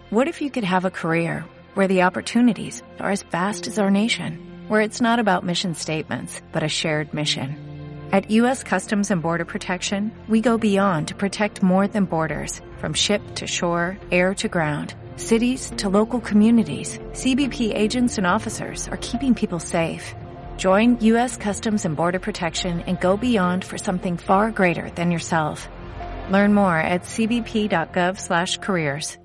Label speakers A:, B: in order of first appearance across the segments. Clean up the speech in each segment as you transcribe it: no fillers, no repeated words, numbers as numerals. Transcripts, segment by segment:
A: What if you could have a career where the opportunities are as vast as our nation, where it's not about mission statements, but a shared mission? At U.S. Customs and Border Protection, we go beyond to protect more than borders, from ship to shore, air to ground, cities to local communities. CBP agents and officers are keeping people safe. Join U.S. Customs and Border Protection and go beyond for something far greater than yourself. Learn more at cbp.gov/careers.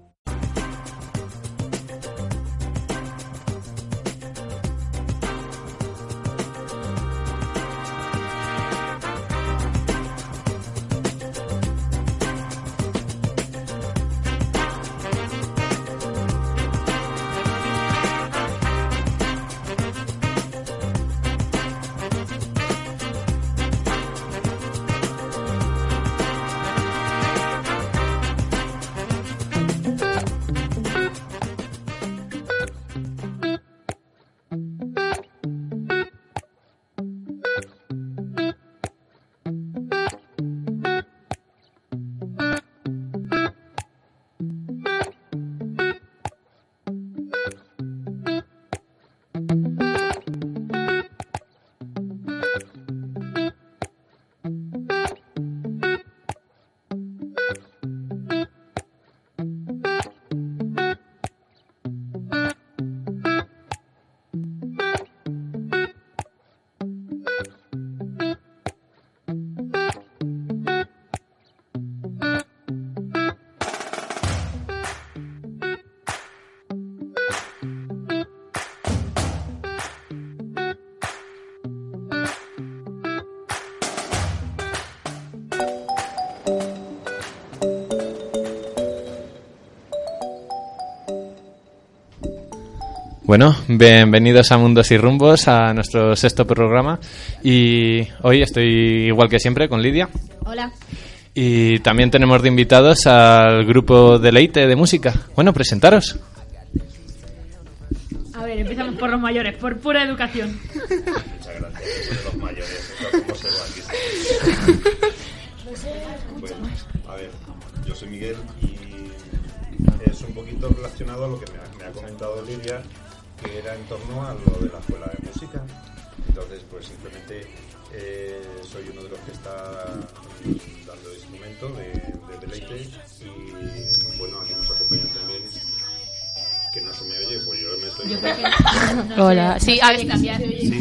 B: Bueno, bienvenidos a Mundos y Rumbos, a nuestro sexto programa. Y hoy estoy igual que siempre con Lidia.
C: Hola.
B: Y también tenemos de invitados al grupo Deleite de música. Bueno, presentaros.
C: A ver, empezamos por los mayores, por pura educación.
D: Muchas gracias. Los mayores, ¿cómo se va aquí? Bueno, a ver, yo soy Miguel y es un poquito relacionado a lo que me ha comentado Lidia, que era en torno a lo de la escuela de música. Entonces, pues simplemente soy uno de los que está dando el instrumento de Deleite y bueno, aquí nos acompañan también, que no se me oye, pues yo me estoy...
E: Hola. Sí, a ver,
D: Sí.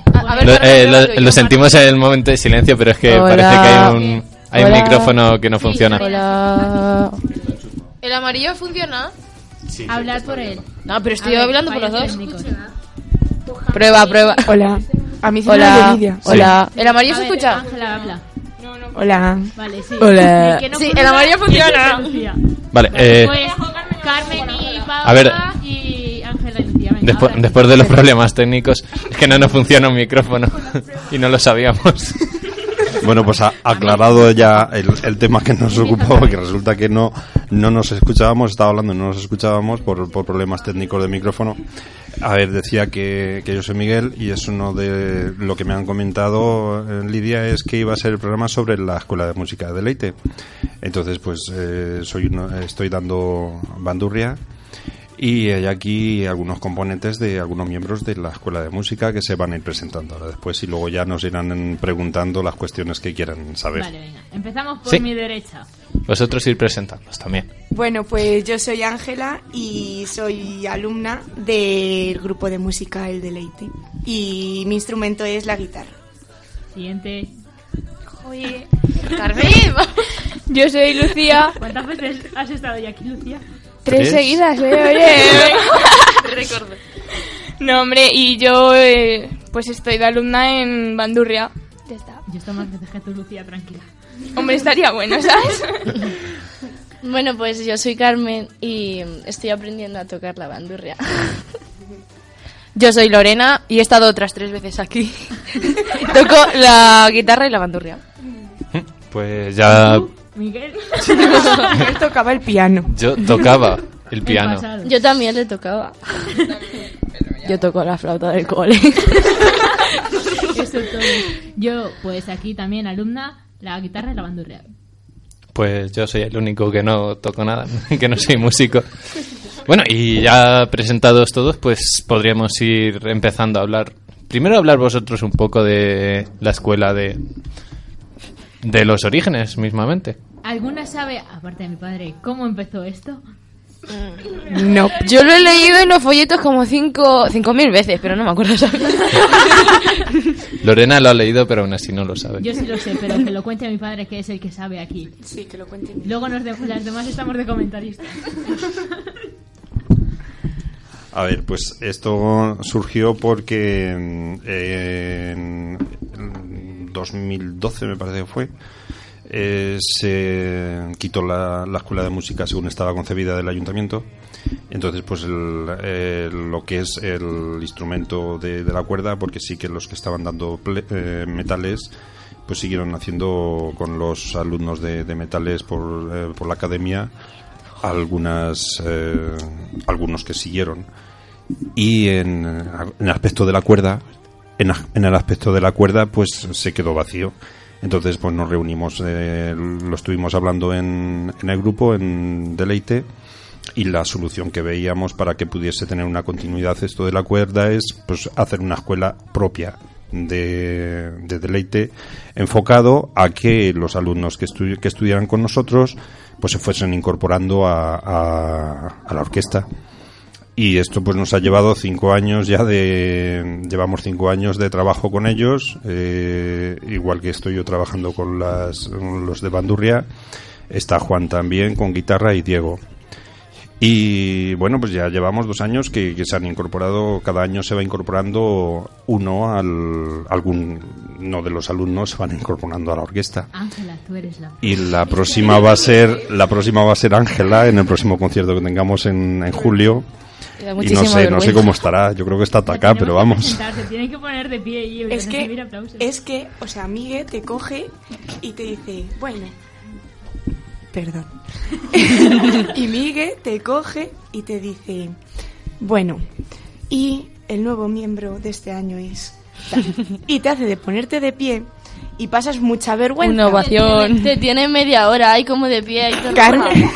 B: Lo sentimos en el momento de silencio, pero es que
E: Hola.
B: parece que hay un micrófono que no funciona.
E: Hola.
F: ¿El amarillo funciona?
D: Sí,
C: Hablar por él.
F: No, pero estoy hablando por los dos.
C: Técnicos.
F: Prueba.
E: Hola.
G: A mí sí
E: Hola.
G: me oye Lidia.
B: Sí.
E: Hola.
F: ¿El amarillo
C: A
F: se
C: ver,
F: escucha?
C: Ángela, habla.
G: Hola.
C: Vale, sí.
E: Hola.
C: El que no
F: Sí,
C: funciona
F: el amarillo
C: es
F: funciona.
C: Lucía.
B: Vale,
C: Pues Carmen y Paola
B: a ver.
C: y Ángela y Lucía. Venga, ahora sí.
B: después de los problemas técnicos, es que no nos funciona un micrófono y no lo sabíamos.
D: Bueno, pues aclarado ya el tema que nos ocupaba, que resulta que no nos escuchábamos, estaba hablando y no nos escuchábamos por problemas técnicos de micrófono. A ver, decía que yo soy Miguel y es uno de lo que me han comentado Lidia, es que iba a ser el programa sobre la Escuela de Música de Deleite. Entonces, pues estoy dando bandurria. Y hay aquí algunos componentes de algunos miembros de la Escuela de Música que se van a ir presentando ahora después y luego ya nos irán preguntando las cuestiones que quieran saber.
C: Vale, venga. Empezamos por
B: Sí.
C: mi derecha.
B: Vosotros ir presentándoos también.
G: Bueno, pues yo soy Ángela y soy alumna del grupo de música El Deleite. Y mi instrumento es la guitarra.
C: Siguiente.
F: Oye, Carmen.
E: Yo soy Lucía.
C: ¿Cuántas veces has estado ya aquí, Lucía?
E: 3 seguidas, oye.
F: Recuerdo.
E: No, hombre, y yo pues estoy de alumna en Bandurria. Ya está.
C: Yo estoy más veces que tú, Lucía, tranquila.
E: Hombre, estaría bueno, ¿sabes?
F: Bueno, pues yo soy Carmen y estoy aprendiendo a tocar la bandurria. Yo soy Lorena y he estado otras 3 veces aquí. Toco la guitarra y la bandurria.
B: Pues ya
C: Miguel.
G: Él tocaba el piano.
B: yo tocaba el piano.
C: pasado.
F: Yo también le tocaba.
E: Yo toco la flauta del cole.
C: Eso todo. Yo, pues aquí también alumna, la guitarra y la bandurria.
B: Pues yo soy el único que no toco nada, que no soy músico. Bueno, y ya presentados todos, pues podríamos ir empezando a hablar. Primero hablar vosotros un poco de la escuela, de los orígenes mismamente.
C: ¿Alguna sabe, aparte de mi padre, cómo empezó esto?
F: No, yo lo he leído en los folletos como 5.000 veces, pero no me acuerdo.
B: Lorena lo ha leído, pero aún así no lo sabe.
C: Yo sí lo sé, pero que lo cuente a mi padre, que es el que sabe aquí.
G: Sí, que lo cuente.
C: Luego las demás estamos de comentaristas.
D: A ver, pues esto surgió porque en 2012 me parece que fue, se quitó la escuela de música según estaba concebida del ayuntamiento. Entonces pues lo que es el instrumento de la cuerda, porque sí que los que estaban dando metales pues siguieron haciendo con los alumnos de metales por la academia algunos que siguieron. Y en el aspecto de la cuerda, en el aspecto de la cuerda pues se quedó vacío. Entonces pues nos reunimos, lo estuvimos hablando en el grupo, en Deleite, y la solución que veíamos para que pudiese tener una continuidad esto de la cuerda es pues hacer una escuela propia de Deleite, enfocado a que los alumnos que estudiaran con nosotros pues se fuesen incorporando a la orquesta. Y esto pues nos ha llevado 5 años ya llevamos 5 años de trabajo con ellos, igual que estoy yo trabajando con los de Bandurria, está Juan también con guitarra y Diego. Y bueno, pues ya llevamos 2 años que se han incorporado, cada año se va incorporando uno uno de los alumnos se van incorporando a la orquesta.
C: Ángela, tú eres la...
D: Y la próxima va a ser Ángela en el próximo concierto que tengamos en julio. Y no sé cómo estará, yo creo que está atacada, pero vamos.
C: Se tiene que poner de pie y recibir aplausos.
G: Es que, o sea, Miguel te coge y te dice, bueno, perdón. Y Miguel te coge y te dice, bueno, y el nuevo miembro de este año es... Y te hace de ponerte de pie y pasas mucha vergüenza.
F: Una ovación. Te tiene media hora ahí como de pie.
G: Carmen.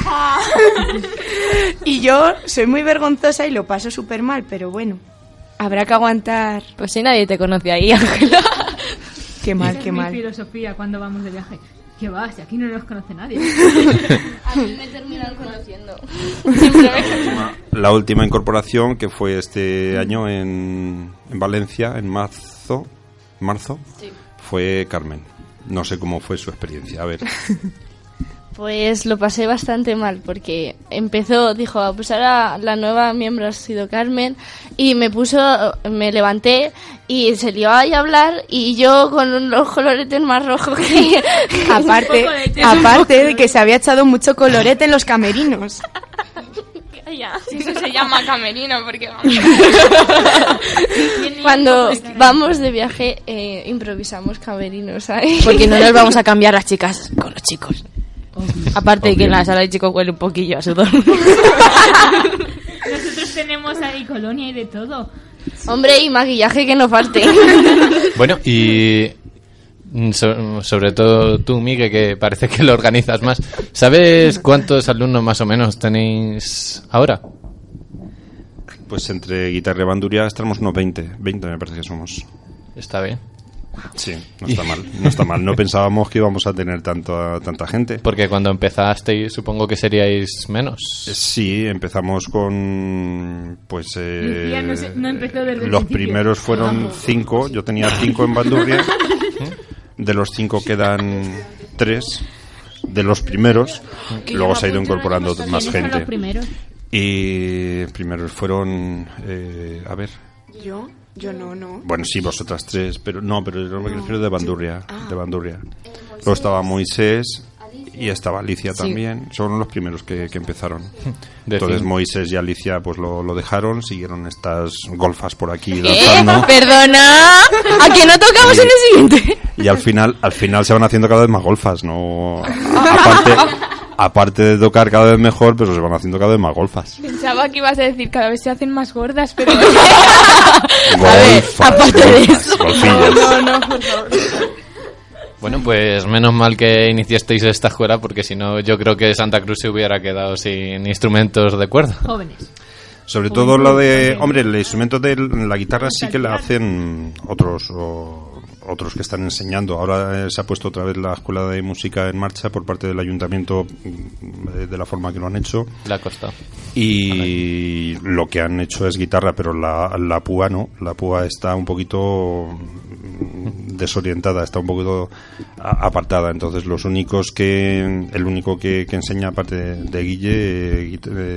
G: Y yo soy muy vergonzosa y lo paso súper mal, pero bueno, habrá que aguantar.
F: Pues si nadie te conoce ahí, Ángela.
G: Qué mal,
C: Esa
G: qué
C: es
G: mal.
C: mi filosofía cuando vamos de viaje. ¿Qué va? Si aquí no nos conoce nadie.
F: A mí me terminan conociendo.
D: La última incorporación, que fue este año en Valencia, en marzo, sí, fue Carmen. No sé cómo fue su experiencia, a ver.
F: Pues lo pasé bastante mal porque dijo, pues ahora la nueva miembro ha sido Carmen, y me levanté y se lió ahí a hablar y yo con los coloretes más rojos que...
G: aparte de que se había echado mucho colorete en los camerinos.
E: Ya, si eso se llama camerino, porque vamos.
F: Cuando vamos de viaje improvisamos camerinos, ¿sabes?
H: Porque no nos vamos a cambiar las chicas con los chicos. Aparte de que en la sala de chicos huele un poquillo a sudor.
C: Nosotros tenemos ahí colonia y de todo.
F: Hombre, y maquillaje que no falte.
B: Bueno, y sobre todo tú, Miguel, que parece que lo organizas más. ¿Sabes cuántos alumnos más o menos tenéis ahora?
D: Pues entre guitarra y bandurria estamos unos 20 me parece que somos.
B: Está bien.
D: Sí, no está mal. No pensábamos que íbamos a tener tanta gente.
B: Porque cuando empezasteis supongo que seríais menos.
D: Sí, empezamos con... Pues
C: no empezó desde
D: los primeros fueron 5. Yo tenía 5 en bandurria. De los 5 quedan 3 de los primeros. Luego se ha ido incorporando más gente.
C: Los primeros?
D: Y primeros fueron... a ver...
G: Yo no.
D: Bueno, sí, vosotras 3, pero yo me refiero de bandurria. De bandurria. Luego estaba Moisés y estaba Alicia también. Son los primeros que empezaron. Entonces Moisés y Alicia pues lo dejaron, siguieron estas golfas por aquí danzando.
H: Perdona, ¿a que no tocamos en el siguiente?
D: Y al final se van haciendo cada vez más golfas, ¿no? Aparte de tocar cada vez mejor, pero se van haciendo cada vez más golfas.
E: Pensaba que ibas a decir cada vez se hacen más gordas, pero...
H: Golfas,
F: aparte de eso.
D: Golfillas.
E: No, por favor.
B: Bueno, pues menos mal que iniciasteis esta escuela, porque si no yo creo que Santa Cruz se hubiera quedado sin instrumentos de cuerda.
C: Jóvenes.
D: Sobre todo lo de... Hombre, el instrumento de la guitarra sí que la hacen otros que están enseñando. Ahora se ha puesto otra vez la escuela de música en marcha por parte del ayuntamiento de la forma que lo han hecho.
B: Le ha costado.
D: Y lo que han hecho es guitarra, pero la púa no. La púa está un poquito desorientada, está un poquito apartada. Entonces el único que enseña aparte de Guille,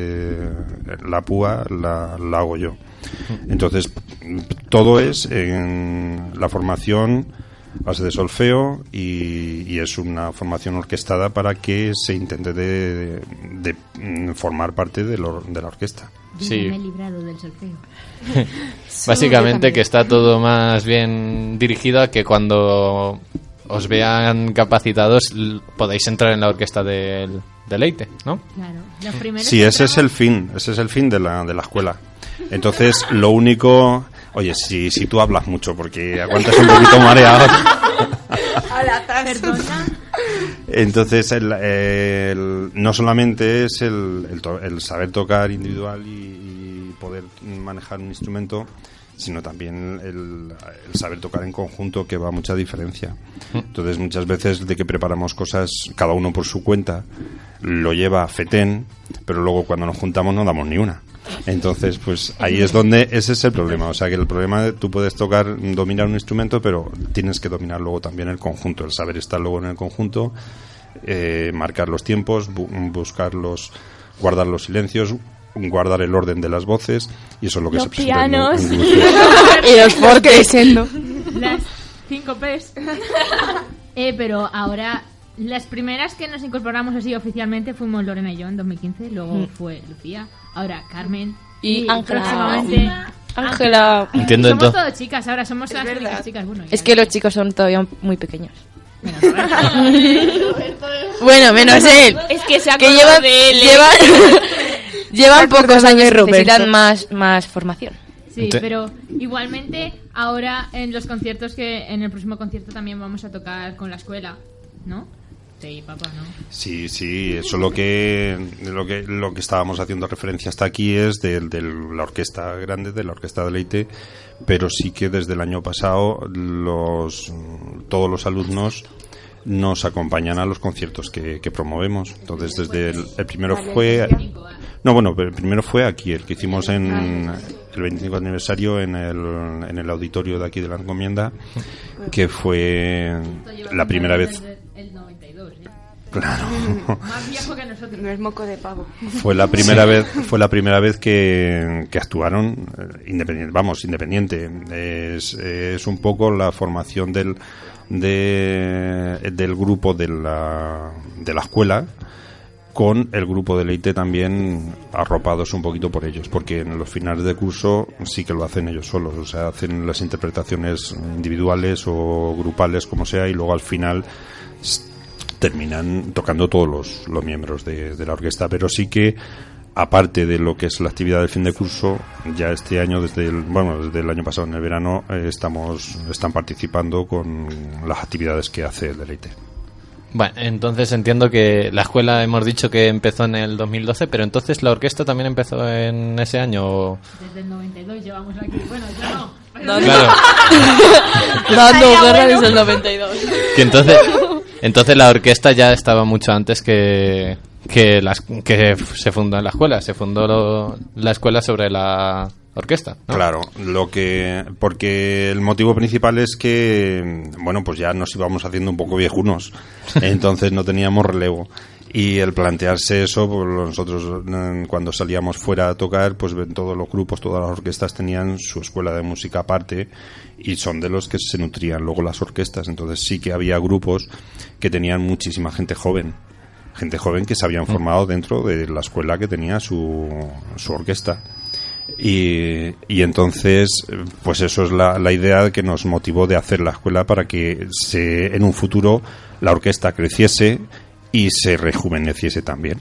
D: la púa la hago yo. Entonces todo es en la formación base de solfeo y es una formación orquestada para que se intente de formar parte de la orquesta.
B: Sí.
C: Me he librado del solfeo.
B: Básicamente que está todo más bien dirigido a que cuando os vean capacitados podáis entrar en la orquesta del Leite, ¿no?
C: Claro. Los primeros
D: Sí, ese es el fin de la escuela. Entonces, lo único... Oye, si tú hablas mucho, porque aguantas un poquito mareado.
C: Perdona.
D: Entonces, no solamente es el saber tocar individual y poder manejar un instrumento, sino también el saber tocar en conjunto, que va a mucha diferencia. Entonces, muchas veces de que preparamos cosas cada uno por su cuenta, lo lleva FETEN, pero luego cuando nos juntamos no damos ni una. Entonces, pues ahí es donde ese es el problema. O sea, que el problema, tú puedes dominar un instrumento, pero tienes que dominar luego también el conjunto, el saber estar luego en el conjunto, marcar los tiempos, guardar los silencios, guardar el orden de las voces, y eso es lo que
E: los
D: se presenta
E: pianos.
H: Y los fortes.
C: Las 5 P's. Pero ahora, las primeras que nos incorporamos así oficialmente fuimos Lorena y yo en 2015, luego fue Lucía, ahora Carmen
H: y Ángela.
C: Próximamente
H: Ángela.
B: Entiendo,
C: somos
B: entonces.
C: todas chicas, ahora somos las únicas chicas. Bueno,
H: Es que los chicos son todavía muy pequeños.
C: Roberto.
H: Bueno, menos él.
E: Es que se ha
H: Que
E: acordado de él.
H: llevan pocos años y necesitan más formación.
C: Sí, pero igualmente ahora en los conciertos, que en el próximo concierto también vamos a tocar con la escuela, ¿no? Sí, papá, ¿no?
D: Sí, eso lo que estábamos haciendo referencia hasta aquí es de la orquesta grande, de la orquesta de Leite, pero sí que desde el año pasado todos los alumnos nos acompañan a los conciertos que promovemos. Entonces, desde el primero fue... No, bueno, el primero fue aquí, el que hicimos en el 25 aniversario en el auditorio de aquí de la Encomienda, que fue la primera vez...
C: El 92, ¿eh?
D: Claro.
C: Más viejo que nosotros.
G: No es moco de pavo.
D: Fue la primera vez que actuaron independiente. Es un poco la formación del grupo de la escuela, con el grupo de Leite también arropados un poquito por ellos, porque en los finales de curso sí que lo hacen ellos solos, o sea, hacen las interpretaciones individuales o grupales, como sea, y luego al final terminan tocando todos los miembros de la orquesta. Pero sí que, aparte de lo que es la actividad del fin de curso, ya este año, desde el año pasado, en el verano, están participando con las actividades que hace el Leite.
B: Bueno, entonces entiendo que la escuela hemos dicho que empezó en el 2012, pero entonces la orquesta también empezó en ese año. ¿O?
C: Desde el 92 llevamos aquí. Bueno, yo no.
B: Claro.
H: Dando guerra desde el 92.
B: Y entonces la orquesta ya estaba mucho antes que se fundó la escuela. Se fundó la escuela sobre la orquesta, ¿no?
D: Claro, porque el motivo principal es que, bueno, pues ya nos íbamos haciendo un poco viejunos, entonces no teníamos relevo. Y el plantearse eso, pues nosotros cuando salíamos fuera a tocar, pues todos los grupos, todas las orquestas tenían su escuela de música aparte, y son de los que se nutrían luego las orquestas. Entonces sí que había grupos que tenían muchísima gente joven que se habían formado dentro de la escuela que tenía su orquesta. Y entonces, pues eso es la idea que nos motivó de hacer la escuela, para que en un futuro la orquesta creciese y se rejuveneciese también.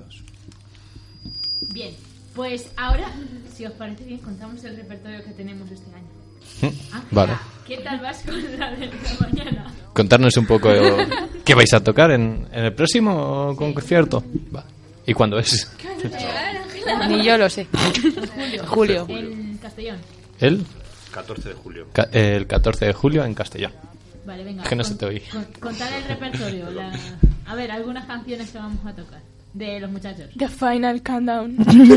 C: Bien, pues ahora, si os parece bien, contamos el repertorio que tenemos este año.
B: Vale.
C: ¿Qué tal vas con la de la mañana?
B: Contarnos un poco qué vais a tocar en el próximo concierto. Va. ¿Y cuándo es?
H: Ni yo lo sé. Julio.
C: En Castellón.
B: ¿El?
D: 14 de julio.
B: El 14 de julio en Castellón.
C: Vale, venga.
B: Que no se te oye.
C: Contar el repertorio. A ver, algunas canciones que vamos a tocar. De los muchachos.
E: The Final Countdown.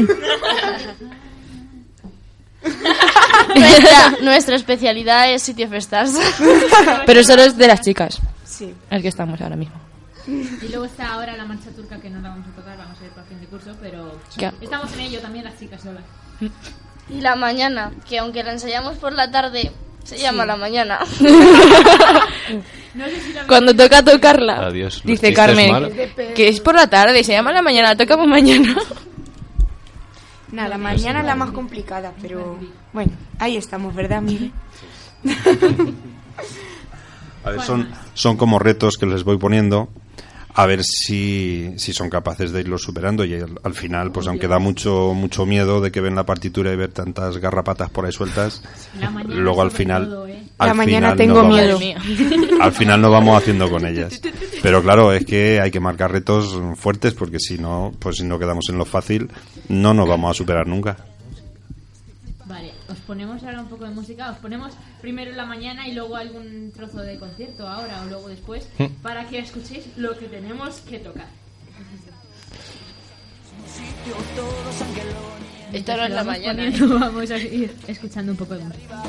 F: Nuestra especialidad es City of Stars.
H: Pero solo es de las chicas.
G: Sí.
H: Es que estamos ahora mismo.
C: Y luego está ahora la marcha turca que no la vamos a tocar, vamos a ir para fin de curso, pero
H: ¿Qué?
C: estamos en ello también las chicas solas.
F: Y la mañana, que aunque la ensayamos por la tarde, se llama la mañana.
C: No sé si la
H: Cuando toca tocarla,
B: Adiós, los
H: dice
B: chistes
H: Carmen,
B: malos.
H: que es por la tarde, se llama la mañana, tocamos mañana.
G: Nada, la mañana es la más complicada, pero bueno, ahí estamos, ¿verdad, Miguel?
D: A ver, son como retos que les voy poniendo, a ver si son capaces de irlos superando, y al final, pues aunque da mucho miedo de que ven la partitura y ver tantas garrapatas por ahí sueltas,
C: La mañana
D: luego al
C: sobre
D: final...
C: todo,
G: La mañana
D: final
G: tengo
D: nos
G: miedo.
D: vamos- Al final nos vamos haciendo con ellas. Pero claro, es que hay que marcar retos fuertes, porque si no, pues si no quedamos en lo fácil, no nos vamos a superar nunca.
C: Vale, os ponemos ahora un poco de música, os ponemos primero en la mañana y luego algún trozo de concierto ahora o luego después, para que escuchéis lo que tenemos que tocar.
F: Esto no es la
C: Vamos
F: mañana.
C: poniendo- vamos a ir escuchando un poco de música.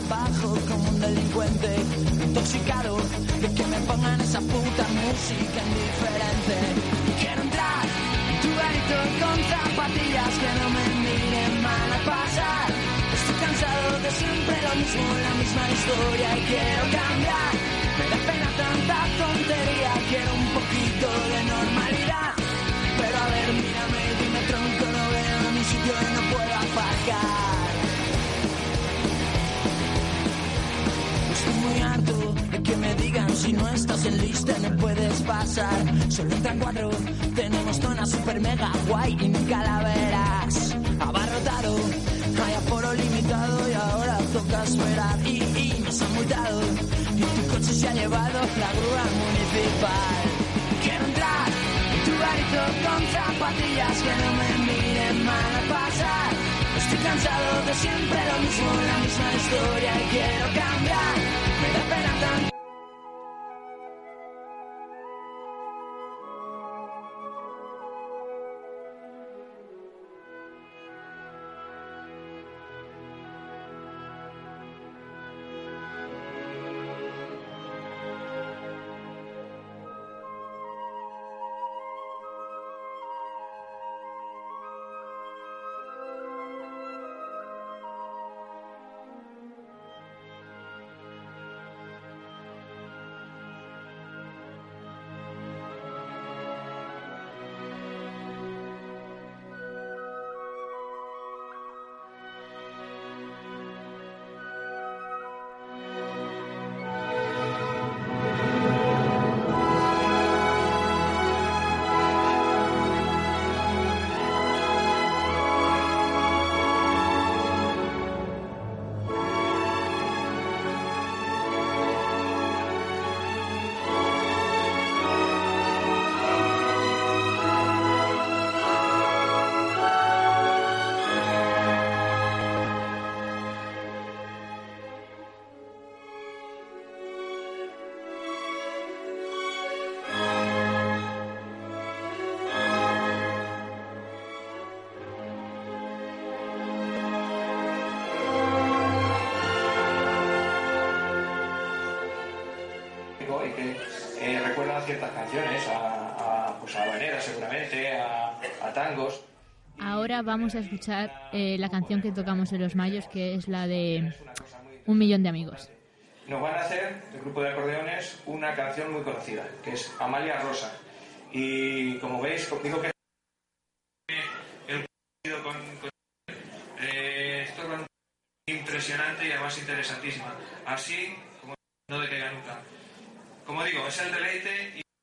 I: Estoy muy harto de que me digan si no estás en lista no puedes pasar. Solo entran 4, tenemos zona super mega guay y nunca la verás. Abarrotado, hay aforo limitado y ahora toca esperar. Y nos han multado y tu coche se ha llevado la grúa municipal. Quiero entrar en tu garito con zapatillas que no me miren mal a pasar. Estoy cansado de siempre lo mismo, la misma historia y quiero cambiar. Me da pena tanto.
J: Y que recuerdan ciertas canciones, pues a habaneras seguramente, a tangos.
C: Ahora vamos a escuchar la canción que tocamos en Los Mayos, que es la de Un millón de amigos.
J: Nos van a hacer, el grupo de acordeones, una canción muy conocida, que es Amalia Rosa. Y como veis, digo que el con esto es impresionante y además interesantísima. Así como no decaiga nunca. Como digo, es el deleite y...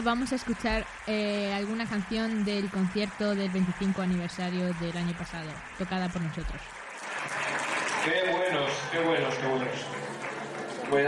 C: vamos a escuchar alguna canción del concierto del 25 aniversario del año pasado, tocada por nosotros.
J: Qué buenos, qué buenos, qué buenos. Bueno.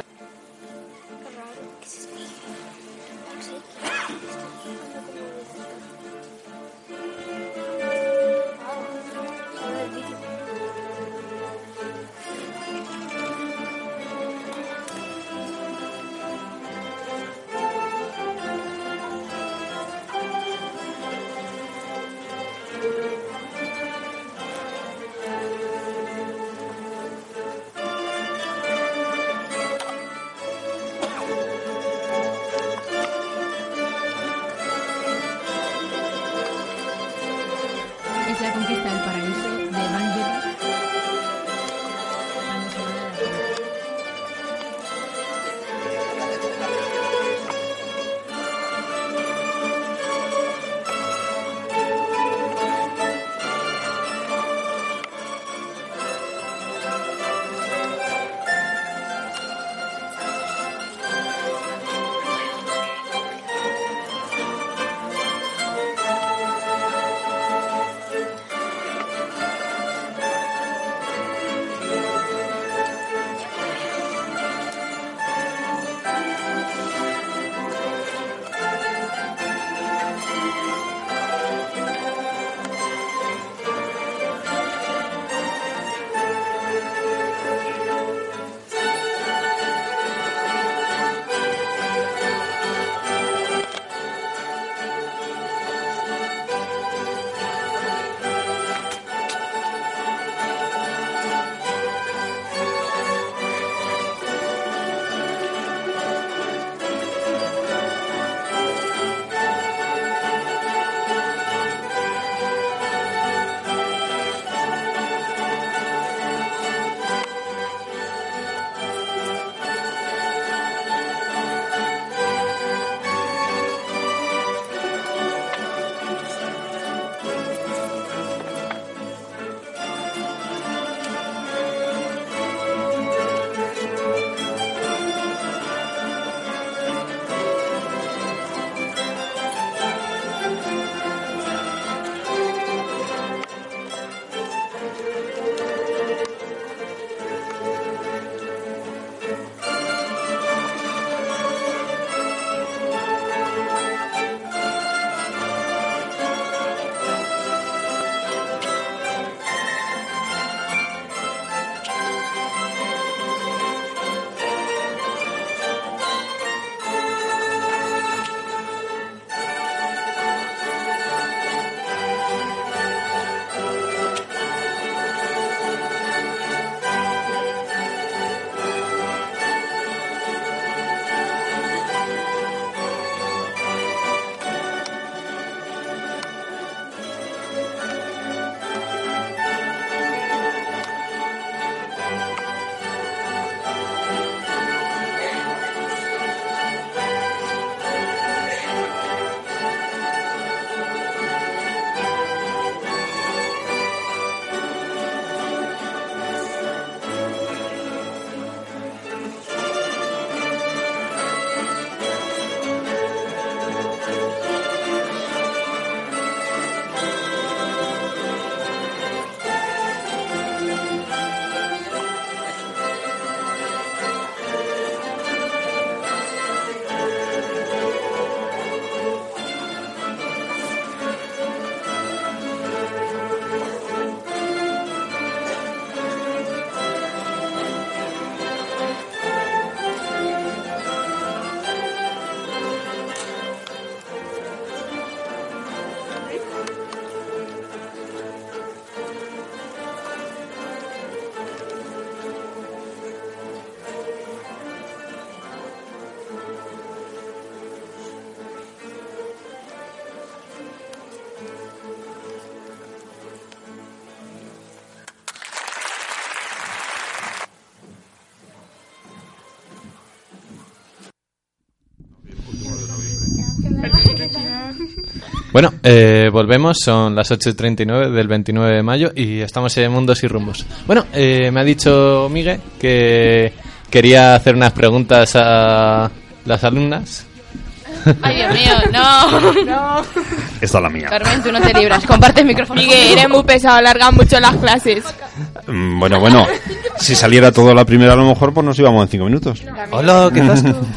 C: Es la conquista del paraíso de Vangelis. Banda sonora de la película.
B: Bueno, volvemos, son las 8:39 del 29 de mayo y estamos en Mundos y Rumbos. Bueno, me ha dicho Miguel que quería hacer unas preguntas a las alumnas.
F: Ay, Dios mío, no.
D: Esta es la mía.
F: Carmen, tú no te libras. Comparte el micrófono.
E: Miguel, eres muy pesado, alarga mucho las clases.
D: Bueno, si saliera todo la primera a lo mejor pues nos íbamos en 5 minutos.
B: Hola, ¿qué estás tú?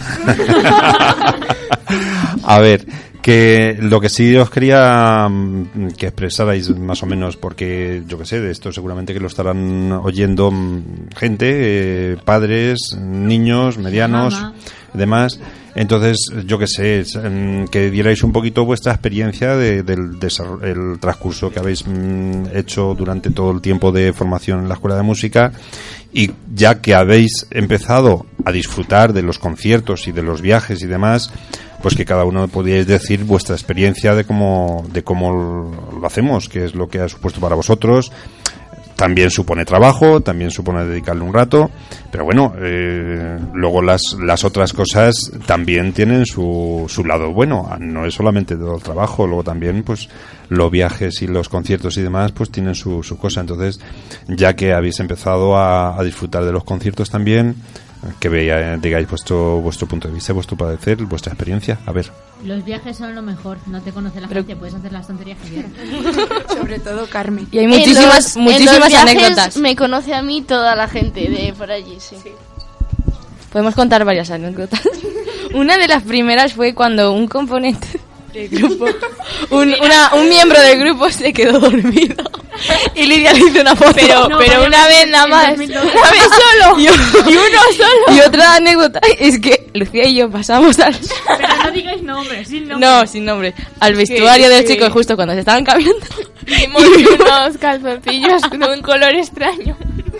D: A ver, que lo que sí os quería que expresarais más o menos, porque yo que sé, de esto seguramente que lo estarán oyendo gente, padres, niños, medianos, demás. Entonces, yo que sé, que dierais un poquito vuestra experiencia del el transcurso que habéis hecho durante todo el tiempo de formación en la Escuela de Música, y ya que habéis empezado a disfrutar de los conciertos y de los viajes y demás, pues que cada uno podíais decir vuestra experiencia de cómo lo hacemos, qué es lo que ha supuesto para vosotros. También supone trabajo, también supone dedicarle un rato, pero bueno, luego las otras cosas también tienen su lado bueno. No es solamente todo el trabajo, luego también pues los viajes y los conciertos y demás pues tienen su cosa. Entonces, ya que habéis empezado a disfrutar de los conciertos también, que digáis vuestro punto de vista, vuestro parecer, vuestra experiencia. A ver.
C: Los viajes son lo mejor, no te conoce la gente, puedes hacer las tonterías que quieras.
G: Sobre todo Carmen.
F: Y hay muchísimas
H: en los viajes
F: anécdotas.
H: Me conoce a mí toda la gente de por allí, sí.
F: Podemos contar varias anécdotas. Una de las primeras fue cuando un componente del grupo, un miembro del grupo se quedó dormido y Lidia le hizo una foto.
E: Pero una vez nada más. Una vez solo.
F: Y uno solo. Y otra anécdota es que Lucía y yo pasamos al...
C: Pero no digáis nombres, sin nombres.
F: No, sin nombre. Al vestuario del chico justo cuando se estaban cambiando.
E: Vimos unos calzoncillos de un color extraño.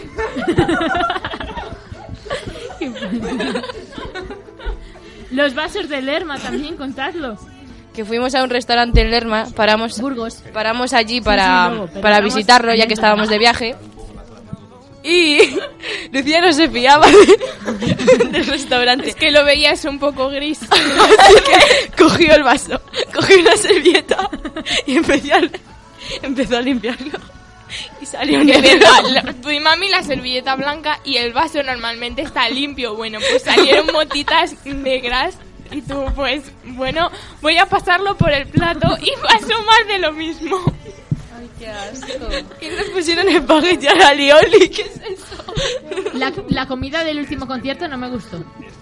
C: Los vasos de Lerma también, contadlos.
F: Que fuimos a un restaurante en Lerma, paramos allí para visitarlo, ya que estábamos de viaje. Y Lucía no se fiaba del restaurante.
E: Es que lo veías un poco gris.
F: Así que cogió el vaso, cogió una servilleta y empezó a limpiarlo. Y salió negro.
E: Tu mami la servilleta blanca y el vaso normalmente está limpio. Bueno, pues salieron motitas negras. Y tú, pues, bueno, voy a pasarlo por el plato y pasó más de lo mismo.
F: Ay, qué asco. Y nos pusieron espagueti a la alioli. ¿Qué es eso?
C: La comida del último concierto no me gustó.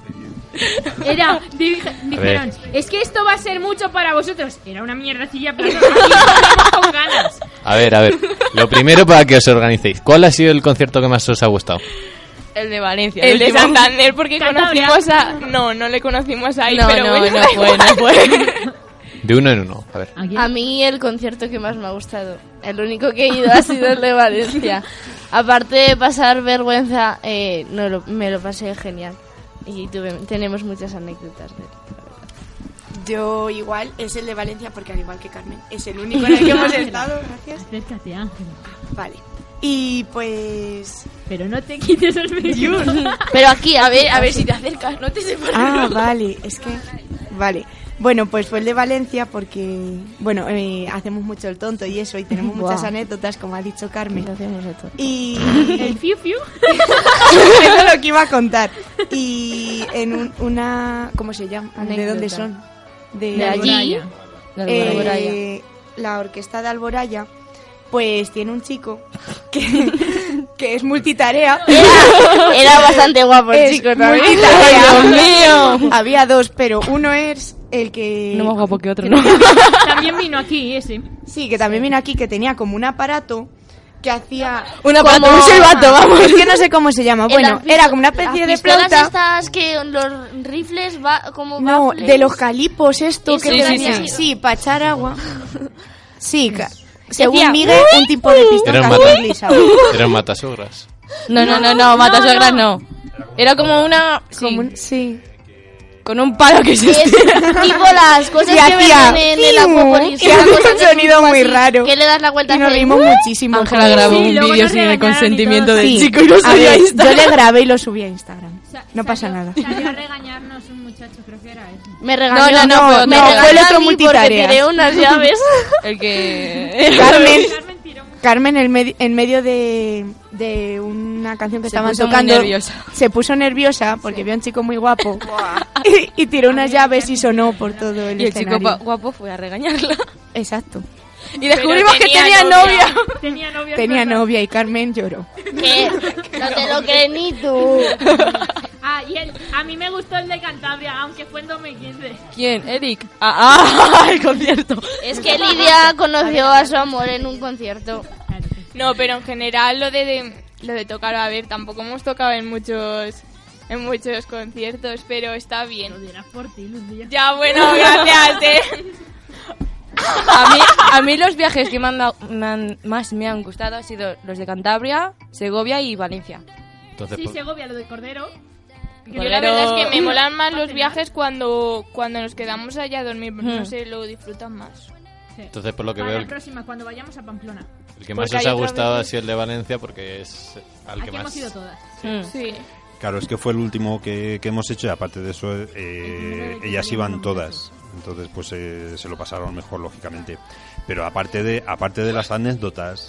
C: Dijeron, es que esto va a ser mucho para vosotros. Era una mierdecilla, pero con ganas.
B: A ver, lo primero para que os organicéis. ¿Cuál ha sido el concierto que más os ha gustado?
F: El de Valencia.
E: El de Santander, porque conocimos a... No le conocimos ahí, pero bueno.
F: No fue.
B: De uno en uno, a ver.
H: A mí el concierto que más me ha gustado, el único que he ido ha sido el de Valencia. Aparte de pasar vergüenza, me lo pasé genial. Y tenemos muchas anécdotas de él.
G: Yo igual, es el de Valencia, porque al igual que Carmen, es el único en el que hemos estado. Gracias.
C: Acércate, Ángela.
G: Vale. Y pues...
C: Pero no te quites el vídeo.
H: Pero aquí, a ver si te acercas, no te separes.
G: Ah, vale, es que... Vale. Bueno, pues fue el de Valencia porque... Bueno, hacemos mucho el tonto y eso, y tenemos muchas anécdotas, como ha dicho Carmen. Y...
C: El fiu fiu.
G: Eso es lo que iba a contar. Y en una... ¿Cómo se llama?
H: Anécdota.
G: ¿De dónde son?
H: De allí.
G: La orquesta de Alboraya, pues tiene un chico que es multitarea.
H: Era bastante guapo el chico también.
G: ¡Dios mío! Había dos, pero uno es el que...
F: No más guapo que otro, ¿no?
C: También vino aquí, ese.
G: Sí, que también vino aquí, que tenía como un aparato que hacía...
F: Un aparato, un silbato, vamos.
G: Es que no sé cómo se llama. Bueno, era como una especie de flauta.
H: Estas que los rifles como
G: no,
H: baffles.
G: de los calipos esto que
H: sí.
G: Sí, para echar agua. Sí, según
H: decía,
G: Miguel, un tipo de pistola
B: Eran matasogras.
F: No, matasogras no. Era como una...
G: Sí.
F: Con un palo que se...
H: Tipo las cosas que venden en el Acuópolis.
G: Que hace un sonido muy raro.
H: Que le das la vuelta
G: y nos reímos muchísimo.
F: Ángela grabó un vídeo sin el consentimiento del chico y lo subió a Instagram.
G: Yo le grabé y lo subí a Instagram. No pasa nada.
C: Salió a regañarnos un muchacho, creo que era ese.
H: Me regañó.
G: No, fue el otro multitarea.
H: Tiré unas llaves.
F: El que...
G: Carmen en medio de una canción que estaban
F: puso muy
G: tocando
F: nerviosa.
G: se puso nerviosa porque vio a un chico muy guapo y tiró unas llaves y sonó por todo el
F: Y el
G: escenario.
F: chico guapo fue a regañarla.
G: Exacto.
F: Y descubrimos que tenía novia.
G: Tenía novia y Carmen lloró.
H: ¿Qué? No te lo crees ni tú.
C: A mí me gustó el de Cantabria, aunque fue en 2015.
F: ¿Quién? Eric. El concierto.
H: Es que Lidia conoció a su amor en un concierto.
E: No, pero en general lo de tocar, a ver, tampoco hemos tocado en muchos conciertos, pero está bien.
C: Lo dirás por ti, Lucía.
E: Ya, bueno, gracias,
F: A mí los viajes que más me han gustado han sido los de Cantabria, Segovia y Valencia.
B: Entonces,
C: Sí, Segovia, lo de Cordero.
E: Yo la verdad es que me molan más los viajes cuando nos quedamos allá a dormir, porque no sé, lo disfrutan más.
C: Sí.
B: Entonces, por lo que
C: Para
B: veo,
C: la próxima, cuando vayamos a Pamplona.
B: el que más
E: Porque
B: os
E: hay
B: ha
E: otra
B: gustado ha
E: vez-
B: sido el de Valencia porque es al que
C: Aquí
B: más...
C: hemos ido todas.
E: Sí.
D: Claro, es que fue el último que hemos hecho y aparte de eso ellas iban todas. Entonces pues se lo pasaron mejor, lógicamente. Pero aparte de las anécdotas,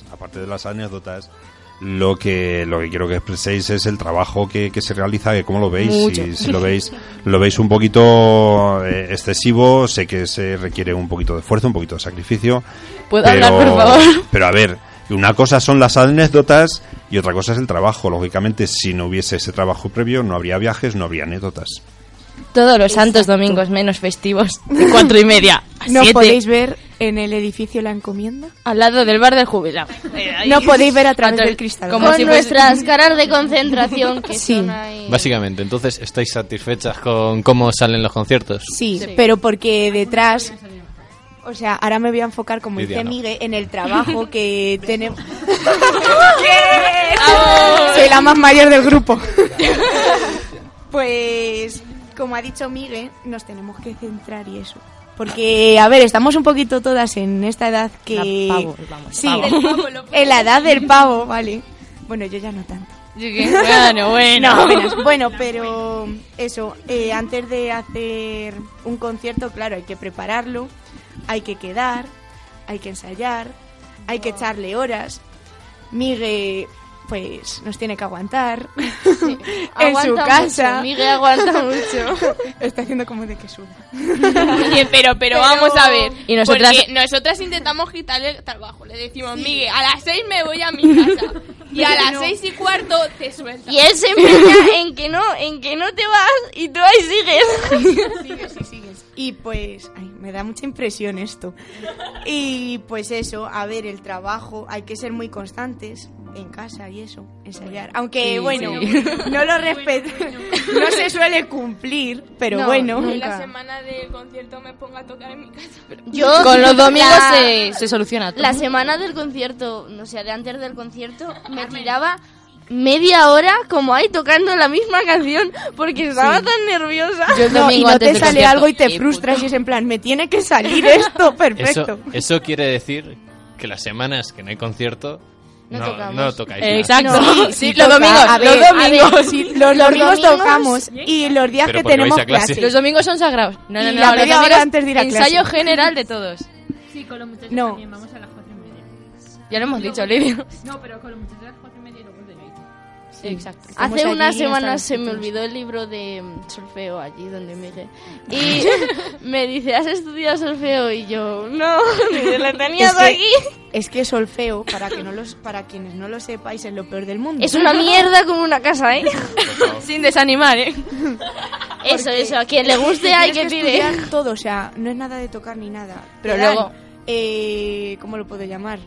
D: lo que quiero que expreséis es el trabajo que se realiza, que cómo lo veis. Si lo veis un poquito excesivo, sé que se requiere un poquito de esfuerzo, un poquito de sacrificio.
F: ¿Puedo hablar, por favor?
D: Pero a ver, una cosa son las anécdotas y otra cosa es el trabajo. Lógicamente, si no hubiese ese trabajo previo, no habría viajes, no habría anécdotas.
F: Todos los santos domingos menos festivos, de 4:30 a
G: ¿No
F: 7,
G: podéis ver en el edificio La Encomienda?
F: al lado del bar del jubilado.
G: No podéis ver a través del cristal.
F: Como
H: Con
F: si fuese-
H: nuestras caras de concentración que
G: Sí.
H: son ahí.
B: Básicamente, entonces, ¿estáis satisfechas con cómo salen los conciertos?
G: Sí, pero porque detrás... O sea, ahora me voy a enfocar, como
B: Lidia,
G: dice
B: no.
G: Miguel, en el trabajo que tenemos... Soy la más mayor del grupo. Pues, como ha dicho Miguel, nos tenemos que centrar y eso. Porque, a ver, estamos un poquito todas en esta edad que... Sí, en la edad del pavo, vale. Bueno, yo ya no tanto.
F: Bueno.
G: No, apenas. Bueno, pero eso, antes de hacer un concierto, claro, hay que prepararlo, hay que quedar, hay que ensayar, hay que echarle horas. Miguel, pues, nos tiene que aguantar en
H: Aguanta
G: su casa.
H: mucho, Miguel aguanta mucho.
G: Está haciendo como de que suda.
E: Oye, pero vamos a ver.
F: Y nosotras-
E: Porque nosotras intentamos quitarle el trabajo. Le decimos, Miguel, a las 6 me voy a mi casa. Y a las 6:15 te sueltas.
H: Y él se empeña en que no te vas y tú ahí sigues.
G: Sigues. Y pues, ay, me da mucha impresión esto. Y pues eso, a ver, el trabajo, hay que ser muy constantes en casa y eso, ensayar. Aunque
F: Sí,
G: bueno,
F: sí.
G: no lo respeto, no se suele cumplir, pero
H: No,
G: bueno.
E: Y la semana del concierto me pongo a tocar en mi casa.
H: Yo,
F: Con los domingos
H: la-
F: se soluciona todo.
H: La semana del concierto, o sea, de antes del concierto, me tiraba media hora como ahí tocando la misma canción porque estaba tan nerviosa.
F: Yo el
G: No, y
F: domingo
G: no
F: antes
G: te
F: del
G: sale
F: concierto.
G: algo y te
F: Y
G: frustras y es en plan, me tiene que salir esto, perfecto.
B: Eso quiere decir que las semanas que no hay concierto
H: No tocamos.
B: no tocáis nada.
F: Exacto.
G: No,
F: Sí,
G: toca.
F: los domingos.
G: A ver,
F: Los domingos.
G: sí, los domingos tocamos y los días
B: Pero
G: que
B: porque
G: tenemos
B: vais a clase.
G: clase.
F: Los domingos son sagrados. No,
G: Y
F: no,
G: la
F: los
G: media hora
F: domingos
G: antes de ir a clase.
F: ensayo general de todos.
C: Sí, con los muchachos
G: No.
C: también vamos a las 4:30.
F: Ya lo hemos dicho, Lidia.
C: No, pero con los muchachos a las 4:30 y luego de ahí.
F: Exacto.
G: Estamos
H: Hace
G: allí
H: unas
G: hasta
H: semanas
G: las
H: se me
G: 7.
H: olvidó el libro de solfeo allí donde Miguel. Y me dice, ¿has estudiado solfeo? Y yo, no, ni lo tenías
G: Es que-
H: aquí.
G: Es que solfeo, para quienes no lo sepáis, es lo peor del mundo.
H: Es una mierda como una casa, ¿eh?
F: Sin desanimar, ¿eh?
H: Eso, a quien le guste hay que
G: tienes
H: tire.
G: estudiar todo, o sea, no es nada de tocar ni nada.
F: Pero
G: Te dan,
F: luego-
G: ¿cómo lo puedo llamar?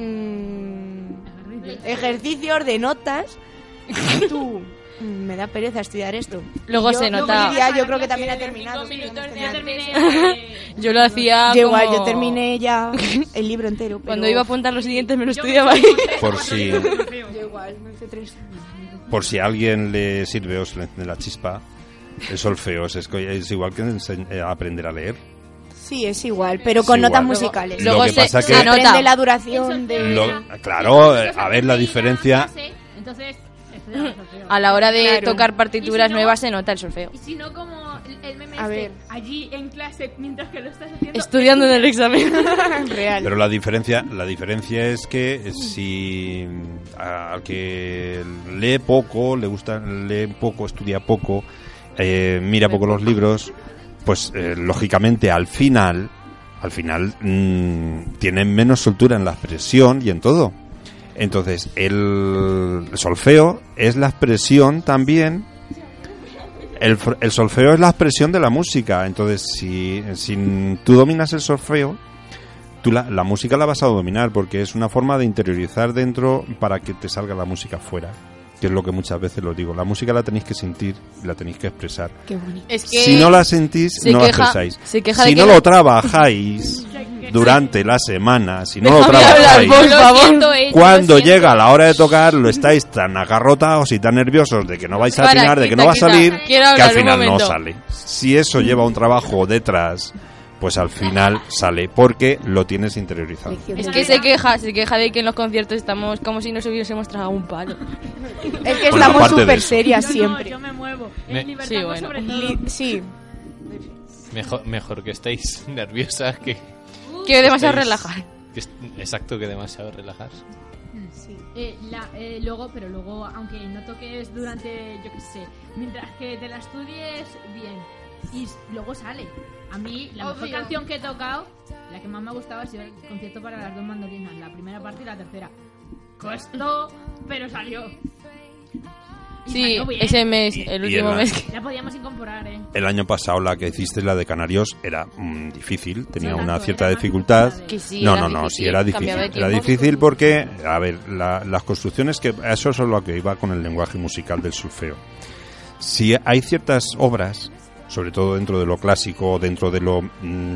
G: Ejercicios de notas. Y tú, me da pereza estudiar esto.
F: Luego se nota.
G: Lidia, yo creo que también ha terminado.
E: 5 minutos de
C: Ya
E: antes.
C: terminé.
F: Yo lo hacía
G: Yo
F: como...
G: igual, yo terminé ya el libro entero. Pero
F: Cuando iba a apuntar los siguientes me lo estudiaba ahí.
D: Por si,
G: Yo igual, me hice 3.
D: por si a alguien le sirve o se le enciende la chispa, el solfeo es igual que aprender a leer.
G: Sí, es igual, pero con
D: Es
G: notas
D: igual.
G: musicales.
D: Lo que pasa
G: se
D: que-
G: aprende la duración de...
D: Claro, a ver la diferencia.
C: Entonces, estudiamos solfeo.
F: A la hora de
G: Claro.
F: tocar partituras
C: Y si no-
F: nuevas se nota el solfeo.
C: Y si no, como el meme
G: A ver.
C: allí en clase mientras que lo estás haciendo.
F: Estudiando en el examen.
G: Real.
D: Pero la diferencia es que si al que lee poco, lee poco, estudia poco, mira poco los libros, pues lógicamente al final tienen menos soltura en la expresión y en todo. Entonces el solfeo es la expresión también. El solfeo es la expresión de la música. Entonces si tú dominas el solfeo, tú la música la vas a dominar, porque es una forma de interiorizar dentro para que te salga la música fuera, que es lo que muchas veces lo digo. La música la tenéis que sentir y la tenéis que expresar.
G: Qué bonito.
F: Es que
D: Si no la sentís, no la expresáis.
F: Se queja
D: Si
F: de
D: no
F: que
D: lo trabajáis durante la semana, si no lo
F: Déjame hablar,
D: trabajáis,
F: por
E: Lo
F: favor.
E: siento, lo
D: cuando
E: siento.
D: llega la hora de tocar, lo estáis tan agarrotados y tan nerviosos de que no vais a
F: Para,
D: atinar, de que
F: quita,
D: no va a
F: quita.
D: salir,
F: Quiero
D: que
F: hablar
D: al
F: un
D: final no
F: momento.
D: sale. Si eso lleva un trabajo detrás, pues al final sale, porque lo tienes interiorizado.
F: Es que se queja de que en los conciertos estamos como si nos hubiésemos tragado un palo.
G: Es que
D: Bueno,
G: estamos
D: aparte de
G: súper
D: eso.
G: serias
C: Yo
G: siempre.
C: No, yo me muevo.
B: Me-
C: Es libertad
F: Sí,
C: por
F: bueno.
C: sobre todo.
G: Sí.
B: Mejor que estéis nerviosas que...
F: Quiero demasiado
B: estéis-
F: relajar.
B: Exacto, que demasiado relajar.
C: Luego, aunque no toques durante, yo qué sé, mientras que te la estudies bien y luego sale. A mí, la mejor
H: Obvio.
C: canción que he tocado, la que más me ha gustado ha sido el concierto para las dos mandolinas, la primera parte y la tercera. Costó, pero salió. Y
F: Sí,
C: salió bien.
F: ese mes, el último mes que...
C: La podíamos incorporar,
D: El año pasado la que hiciste, la de Canarios, era difícil, tenía
C: Sí,
D: una
C: tanto,
D: cierta
C: era más
D: dificultad.
C: complicada.
F: Que sí,
D: No,
F: era
D: sí,
F: difícil,
D: era difícil.
F: cambiaba de
D: Era
F: tiempo.
D: difícil porque, a ver, las construcciones que... Eso es lo que iba con el lenguaje musical del solfeo. Si hay ciertas obras, sobre todo dentro de lo clásico, dentro de lo...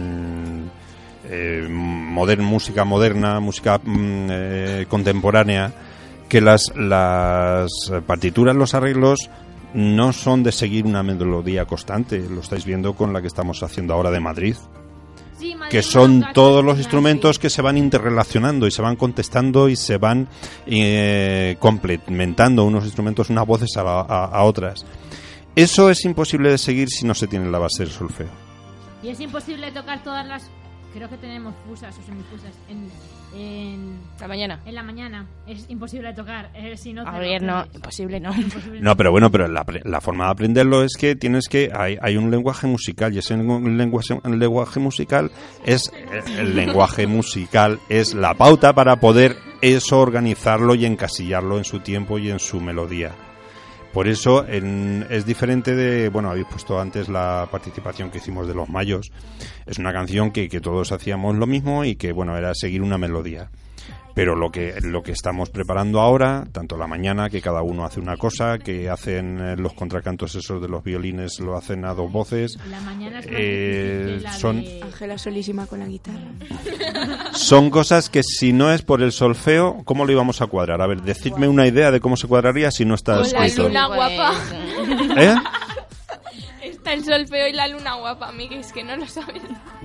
D: música moderna, música contemporánea, que las partituras, los arreglos no son de seguir una melodía constante. Lo estáis viendo con la que estamos haciendo ahora de Madrid,
C: Sí, Madrid
D: que
C: no
D: son
C: toca
D: todos los
C: sí.
D: instrumentos que se van interrelacionando y se van contestando y se van complementando unos instrumentos, unas voces a otras. Eso es imposible de seguir si no se tiene la base del solfeo.
C: Y es imposible tocar todas las... Creo que tenemos fusas o semifusas en
F: La mañana.
C: en la mañana. Es imposible tocar. Si no,
F: A
C: te
F: ver,
C: lo
F: no,
C: aprendes.
F: imposible no.
C: Imposible.
D: No, pero bueno, pero la forma de aprenderlo es que tienes que... Hay un lenguaje musical y ese lenguaje musical es... El lenguaje musical es la pauta para poder eso organizarlo y encasillarlo en su tiempo y en su melodía. Por eso es diferente de... Bueno, habéis puesto antes la participación que hicimos de Los Mayos. Es una canción que todos hacíamos lo mismo y que, bueno, era seguir una melodía. Pero lo que estamos preparando ahora, tanto la mañana, que cada uno hace una cosa, que hacen los contracantos esos de los violines, lo hacen a dos voces.
C: La mañana es más difícil que la
D: son
C: de...
G: Ángela Solísima con la guitarra.
D: Son cosas que si no es por el solfeo, ¿cómo lo íbamos a cuadrar? A ver, decidme una idea de cómo se cuadraría si no está
E: Con la
D: escrito.
E: luna guapa.
D: ¿Eh?
E: Está el solfeo y la luna guapa, Miguel, es que no lo sabes.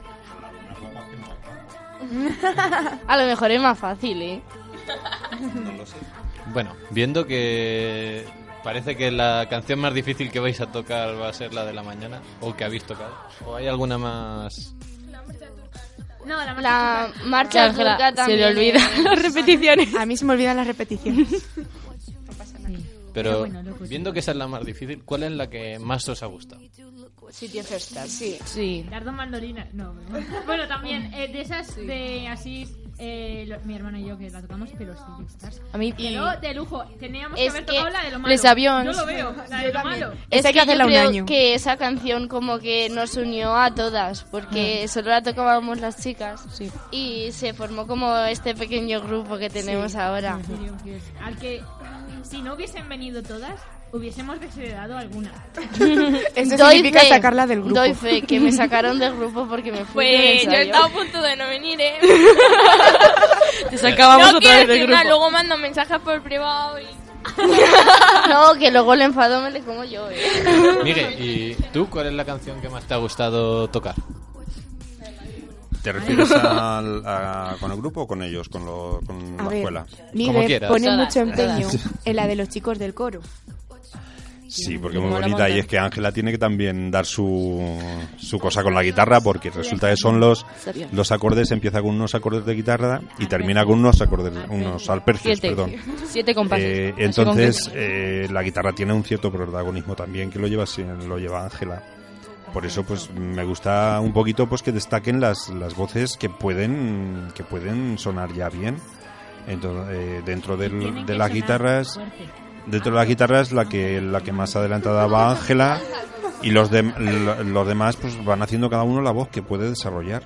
H: A lo mejor es más fácil, ¿eh?
B: Bueno, viendo que parece que la canción más difícil que vais a tocar va a ser la de la mañana, o que habéis tocado, ¿o hay alguna más?
C: No,
H: La marcha
F: Ángela,
H: turca
F: se
H: también.
F: le olvida las repeticiones.
G: A mí se me olvidan las repeticiones.
B: Pero
C: bueno, luego sí.
B: viendo que esa es la más difícil, ¿cuál es la que más os ha gustado?
H: Sitio Festas, sí.
F: Sí.
C: Las dos mandolinas, no. Bueno, también de esas de así, mi hermano y yo que la tocamos, pero sí, estás.
F: A mí
C: Pero de lujo, teníamos que
H: Es
C: haber
H: que
C: tocado la de lo malo.
F: Les Avions.
C: Yo lo veo, la de lo malo.
H: Es
G: hay que
H: que
G: hacerla
H: yo
G: un
H: creo
G: año.
H: que esa canción como que nos unió a todas, porque solo la tocábamos las chicas y se formó como este pequeño grupo que tenemos ahora.
C: Al que, si no hubiesen venido todas, hubiésemos desheredado alguna.
G: Eso
H: Doy
G: significa
H: fe,
G: sacarla del grupo.
H: Doy fe, que me sacaron del grupo porque me fui del
E: Pues yo
H: ensayo.
E: estaba a punto de no venir, ¿eh?
F: te sacábamos
E: No
F: otra
E: quiero
F: vez del
E: decir nada,
F: grupo.
E: luego mando mensajes por privado y...
H: No, que luego el enfado me le como yo,
B: Miguel, ¿y tú cuál es la canción que más te ha gustado tocar?
D: ¿Te refieres con el grupo o con ellos, con
G: A
D: la
G: ver,
D: escuela?
B: Como
G: Miguel
B: quieras.
G: pone
F: Todas,
G: mucho empeño
F: todas.
G: en la de los chicos del coro.
D: Sí, porque es muy bonita, y es que Ángela tiene que también dar su cosa con la guitarra, porque resulta que son los acordes, empieza con unos acordes de guitarra y termina con unos alpercios, perdón.
F: 7 compases.
D: Entonces la guitarra tiene un cierto protagonismo también, que lo lleva Ángela. Por eso pues me gusta un poquito pues que destaquen las voces que pueden sonar ya bien. Entonces, dentro de las guitarras, la que más adelantada va Ángela, y los demás pues van haciendo cada uno la voz que puede desarrollar.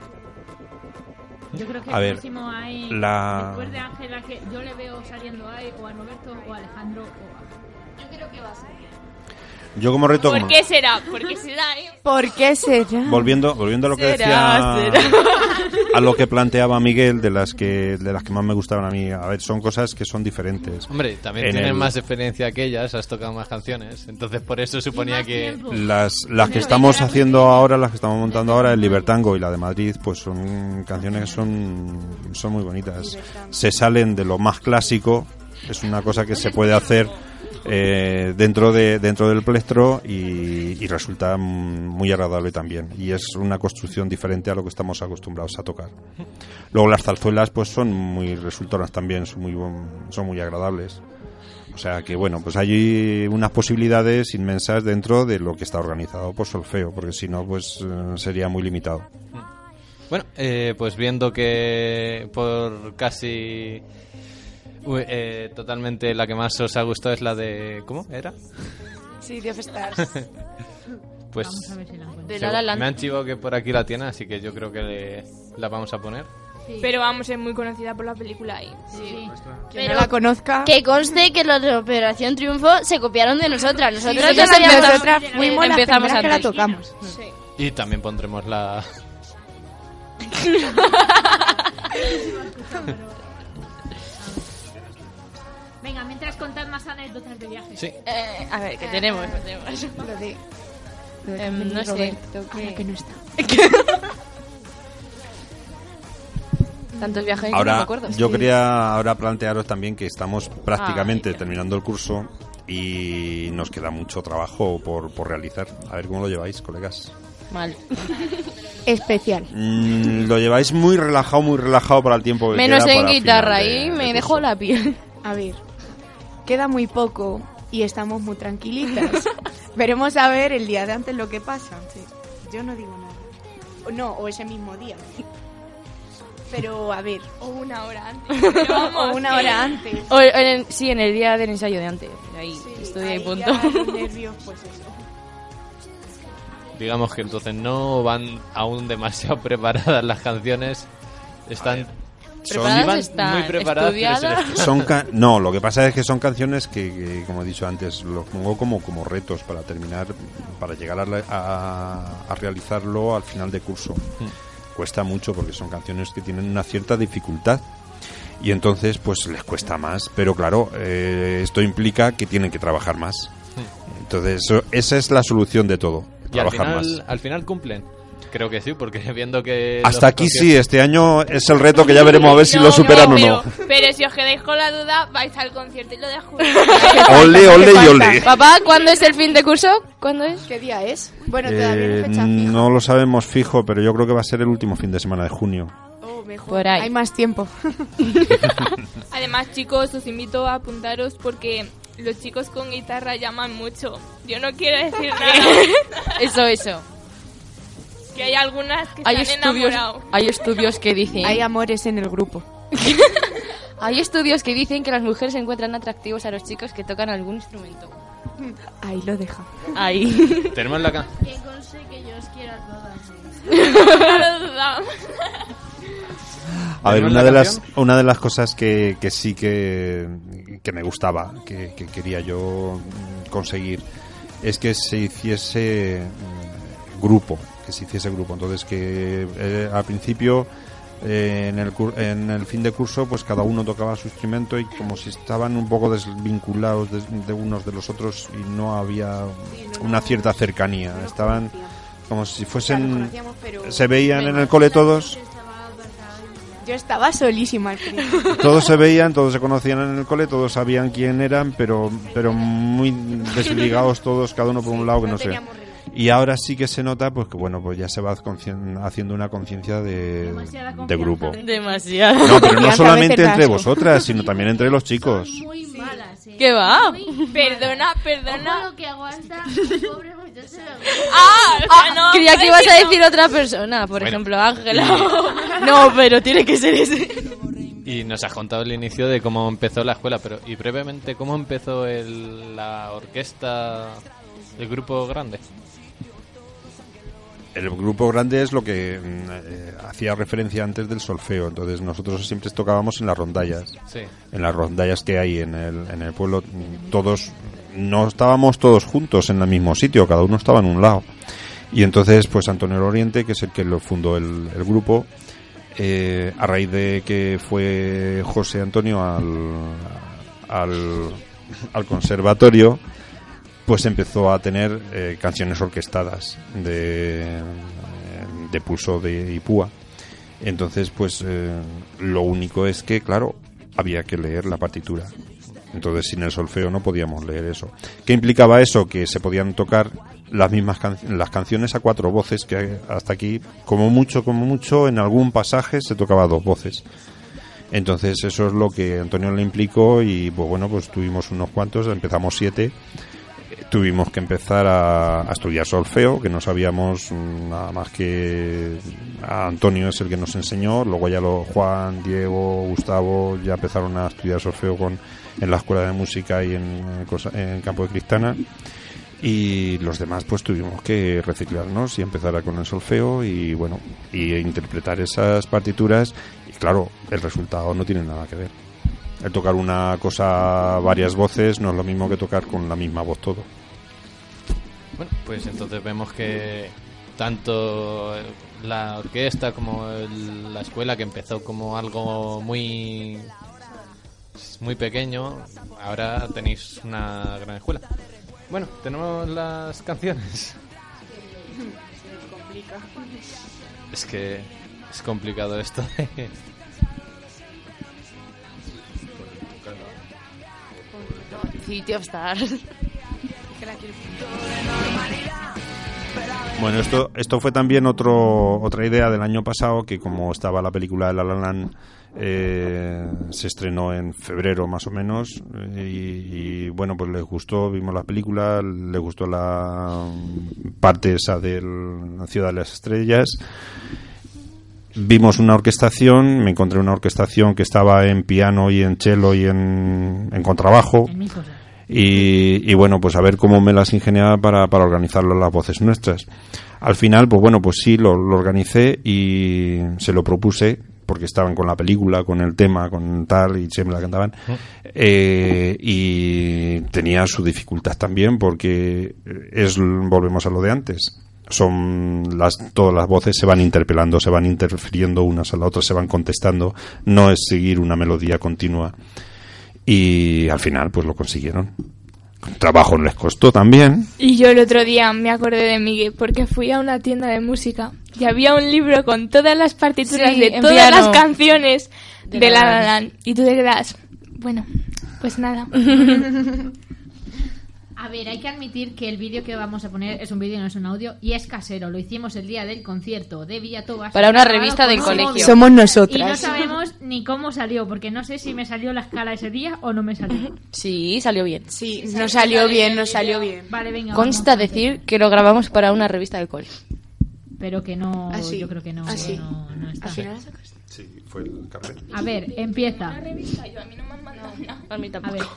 C: Yo creo que próximo hay, después de Ángela, que yo le veo saliendo ahí, o a Roberto, o a Alejandro, yo creo que va a salir.
D: Yo como reto...
E: ¿Por qué será? ¿Por qué será?
D: Volviendo a lo que decía... A lo que planteaba Miguel, de las que más me gustaban a mí. A ver, son cosas que son diferentes.
B: Hombre, también tienen más experiencia que ellas, has tocado más canciones. Entonces por eso suponía que...
D: Las que estamos haciendo ahora, las que estamos montando ahora, el Libertango y la de Madrid, pues son canciones que son muy bonitas. Se salen de lo más clásico, es una cosa que se puede hacer... dentro del plectro y resulta muy agradable también, y es una construcción diferente a lo que estamos acostumbrados a tocar. Luego las zarzuelas pues son muy resultonas también, son muy agradables, o sea que bueno, pues hay unas posibilidades inmensas dentro de lo que está organizado por solfeo, porque si no pues sería muy limitado.
B: Bueno, pues viendo que por casi... totalmente la que más os ha gustado es la de... ¿Cómo era?
G: Sí, de Stars.
B: Pues me han chivado que por aquí la tiene, así que yo creo que la vamos a poner.
E: Sí. Pero vamos, es muy conocida por la película ahí.
G: Sí. Quien no la conozca...
H: Que conste que los de Operación Triunfo se copiaron de nosotras. Nosotras
G: fuimos las primeras que la tocamos.
B: Sí. Y también pondremos la...
C: Venga, mientras contad más anécdotas de viajes.
B: Sí.
F: A ver, ¿qué tenemos?
G: No sé, que no está.
F: Tantos viajes
D: ahora,
F: no me acuerdo.
D: Yo quería ahora plantearos también que estamos prácticamente terminando el curso y nos queda mucho trabajo por realizar. A ver cómo lo lleváis, colegas.
F: Mal.
G: Especial.
D: Lo lleváis muy relajado para el tiempo que
F: menos
D: queda
F: en
D: para
F: guitarra, ahí me dejó la piel.
G: A ver, queda muy poco y estamos muy tranquilitas. Veremos a ver el día de antes lo que pasa. Sí. Yo no digo nada. No, o ese mismo día. Pero a ver.
E: O una hora antes.
G: O una hora antes.
F: Sí, en el día del ensayo de antes. Ahí estoy ahí, punto.
G: Nervios, pues eso.
B: Digamos que entonces no van aún demasiado preparadas las canciones. Están muy preparadas,
D: pero no, lo que pasa es que son canciones que como he dicho antes, lo pongo como retos para terminar, para llegar a realizarlo al final de curso. Cuesta mucho porque son canciones que tienen una cierta dificultad y entonces pues les cuesta más, pero claro, esto implica que tienen que trabajar más. Entonces esa es la solución de todo, trabajar
B: y al final cumplen. Creo que sí, porque viendo que...
D: Hasta aquí sí, este año es el reto que ya veremos a ver si lo superan o no.
E: Pero si os quedáis con la duda, vais al concierto y lo de julio.
D: ¡Ole, ole y ole!
F: Papá, ¿cuándo es el fin de curso? ¿Cuándo es?
G: ¿Qué día es? Bueno, todavía no hay fecha fija.
D: No lo sabemos fijo, pero yo creo que va a ser el último fin de semana de junio.
G: Oh, mejor.
F: Por ahí.
G: Hay más tiempo.
E: Además, chicos, os invito a apuntaros porque... los chicos con guitarra llaman mucho. Yo no quiero decir nada.
F: Eso.
E: Que hay algunas que se han enamorado.
F: Hay estudios que dicen...
G: Hay amores en el grupo.
F: Hay estudios que dicen que las mujeres encuentran atractivos a los chicos que tocan algún instrumento.
G: Ahí lo deja.
F: Ahí.
B: Tenemos la
H: Que conste que yo os quiero a todas.
D: A ver, una de las cosas que sí que me gustaba, que quería yo conseguir, es que se hiciese grupo. Entonces que al principio en el fin de curso pues cada uno tocaba su instrumento y como si estaban un poco desvinculados de unos de los otros y no había una cierta cercanía, estaban como si fuesen, se veían en el cole todos.
G: Yo estaba solísima al principio.
D: Todos se veían, todos se conocían en el cole, todos sabían quién eran, pero muy desligados todos, cada uno por un lado, que no sé. Y ahora sí que se nota, pues que bueno, pues ya se va haciendo una conciencia de grupo.
F: Demasiado.
D: No, pero no solamente entre vosotras, sino también entre los chicos.
C: Muy malas, ¿eh?
F: ¿Qué va?
E: Perdona.
C: Ojo lo que aguanta, pobre muchacho.
E: No.
F: Creía que ibas a decir otra persona, por ejemplo, Ángela. No, pero tiene que ser ese.
B: Y nos has contado el inicio de cómo empezó la escuela, pero y brevemente, ¿cómo empezó la orquesta, el grupo grande?
D: El grupo grande es lo que hacía referencia antes del solfeo. Entonces nosotros siempre tocábamos en las rondallas.
B: Sí.
D: En las rondallas que hay en el pueblo. Todos no estábamos todos juntos en el mismo sitio, cada uno estaba en un lado. Y entonces pues Antonio del Oriente, que es el que lo fundó el grupo, a raíz de que fue José Antonio al conservatorio, pues empezó a tener canciones orquestadas de pulso de Ipúa. Entonces pues lo único es que claro, había que leer la partitura. Entonces sin el solfeo no podíamos leer eso. ¿Qué implicaba eso? Que se podían tocar las mismas las canciones a 4 voces, que hasta aquí como mucho en algún pasaje se tocaba a 2 voces. Entonces eso es lo que Antonio le implicó y pues bueno, pues tuvimos unos cuantos, empezamos 7. Tuvimos que empezar a estudiar solfeo, que no sabíamos nada más que a Antonio es el que nos enseñó, luego ya Juan, Diego, Gustavo ya empezaron a estudiar solfeo en la escuela de música y en Campo de Cristana, y los demás pues tuvimos que reciclarnos y empezar con el solfeo y bueno, y interpretar esas partituras, y claro, el resultado no tiene nada que ver. El tocar una cosa varias voces no es lo mismo que tocar con la misma voz todo.
B: Bueno, pues entonces vemos que tanto la orquesta como la escuela, que empezó como algo muy pequeño, ahora tenéis una gran escuela. Bueno, tenemos las canciones. Es que es complicado esto de...
F: City of Stars.
D: Bueno, esto fue también otra idea del año pasado, que como estaba la película de La La Land, se estrenó en febrero más o menos, y bueno, pues les gustó, vimos la película, les gustó la parte esa de la Ciudad de las Estrellas. Vimos una orquestación, me encontré una orquestación que estaba en piano y en cello y en contrabajo. Y bueno, pues a ver cómo me las ingeniaba para organizarlo las voces nuestras. Al final, pues bueno, pues sí, lo organicé y se lo propuse, porque estaban con la película, con el tema, con tal, y siempre la cantaban. Y tenía su dificultad también, porque volvemos a lo de antes. Todas las voces se van interpelando, se van interfiriendo unas a la otra, se van contestando, no es seguir una melodía continua, y al final pues lo consiguieron. Trabajo les costó también.
E: Y yo el otro día me acordé de Miguel porque fui a una tienda de música y había un libro con todas las partituras de todas las canciones de La La Land, y tú te quedas, bueno, pues nada.
C: A ver, hay que admitir que el vídeo que vamos a poner es un vídeo, no es un audio, y es casero. Lo hicimos el día del concierto de Villatobas.
F: Para una revista del colegio.
G: Somos nosotras.
C: Y no sabemos ni cómo salió, porque no sé si me salió la escala ese día o no me salió.
F: Sí, salió bien.
G: Sí, nos salió bien.
C: Vale, venga.
F: Consta decir que lo grabamos para una revista del colegio.
C: Pero que no,
G: Así.
C: yo creo que no,
G: Así.
C: no está.
G: Al final la sacaste.
D: Sí, fue el carnet.
C: A ver, empieza.
E: A mí no me han mandado nada.
F: A mí
C: A
F: tampoco.
C: ver.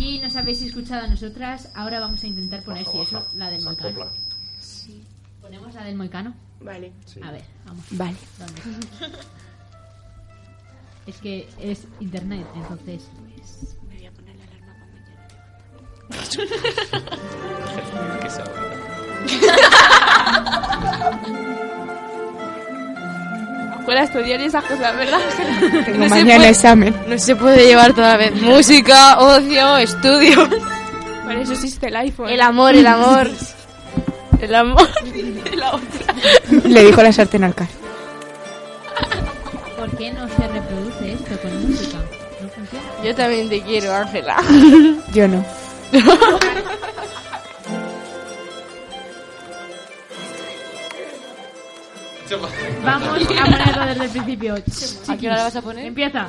C: aquí nos habéis escuchado a nosotras, ahora vamos a intentar poner, si eso, la del Moicano.
G: Sí.
C: ¿Ponemos la del Moicano?
G: Vale.
C: A ver, vamos.
G: Vale.
C: ¿Dónde? Es que es internet, entonces...
G: Pues me voy a poner la alarma cuando
E: Fuera a estudiar y esas cosas, ¿verdad?
G: Tengo
F: No se
G: mañana
F: puede-
G: examen.
F: No se puede llevar toda la vez música, ocio, estudio.
E: Por eso existe el iPhone.
F: El amor, el amor. El amor. La otra.
G: Le dijo la sartén al caso.
C: ¿Por qué no se reproduce esto con música? No funciona.
F: Yo también te quiero, Ángela.
G: Yo no.
C: Vamos a ponerlo desde el principio.
F: ¿A qué hora la vas a poner?
C: Empieza.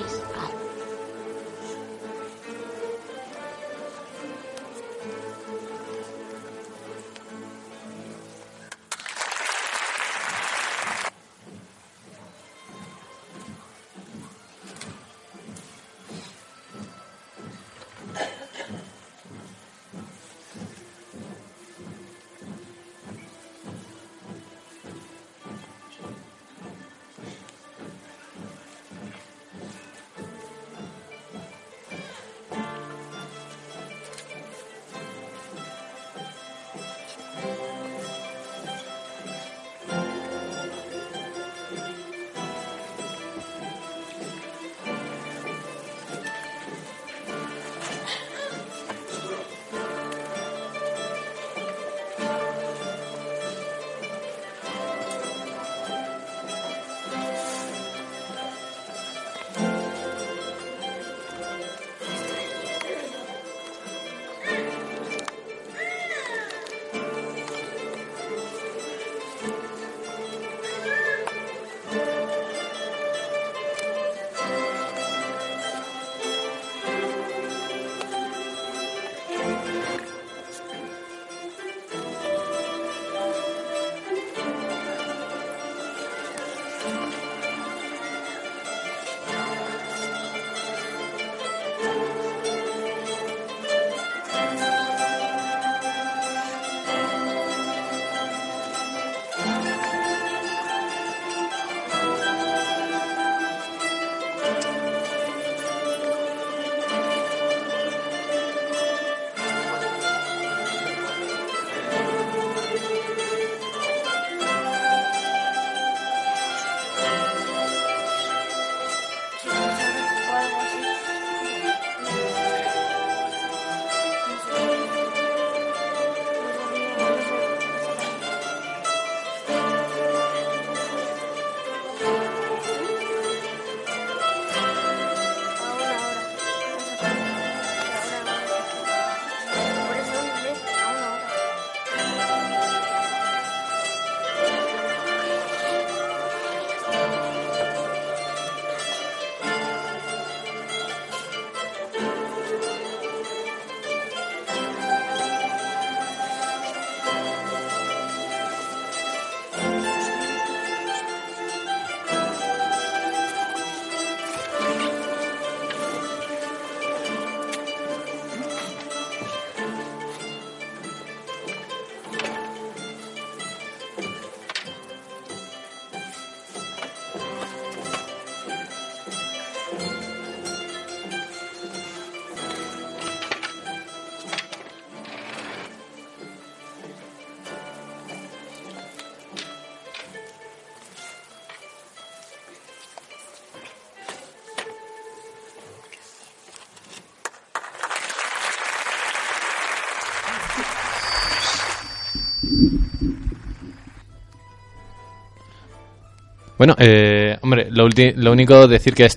B: Bueno, hombre, lo único decir que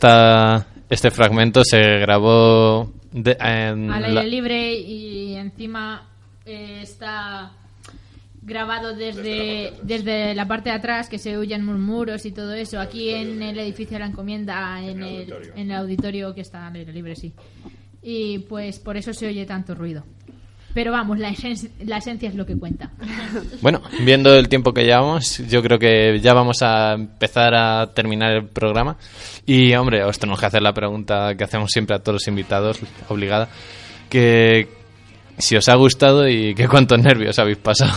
B: este fragmento se grabó
C: al aire libre y encima está grabado desde la parte de atrás, que se oyen murmuros y todo eso, aquí en el edificio de la encomienda, en el auditorio que está al aire libre, sí. Y pues por eso se oye tanto ruido. Pero vamos, la esencia es lo que cuenta.
B: Bueno, viendo el tiempo que llevamos, yo creo que ya vamos a empezar a terminar el programa. Y, hombre, os tenemos que hacer la pregunta que hacemos siempre a todos los invitados, obligada. que si os ha gustado y que cuántos nervios habéis pasado.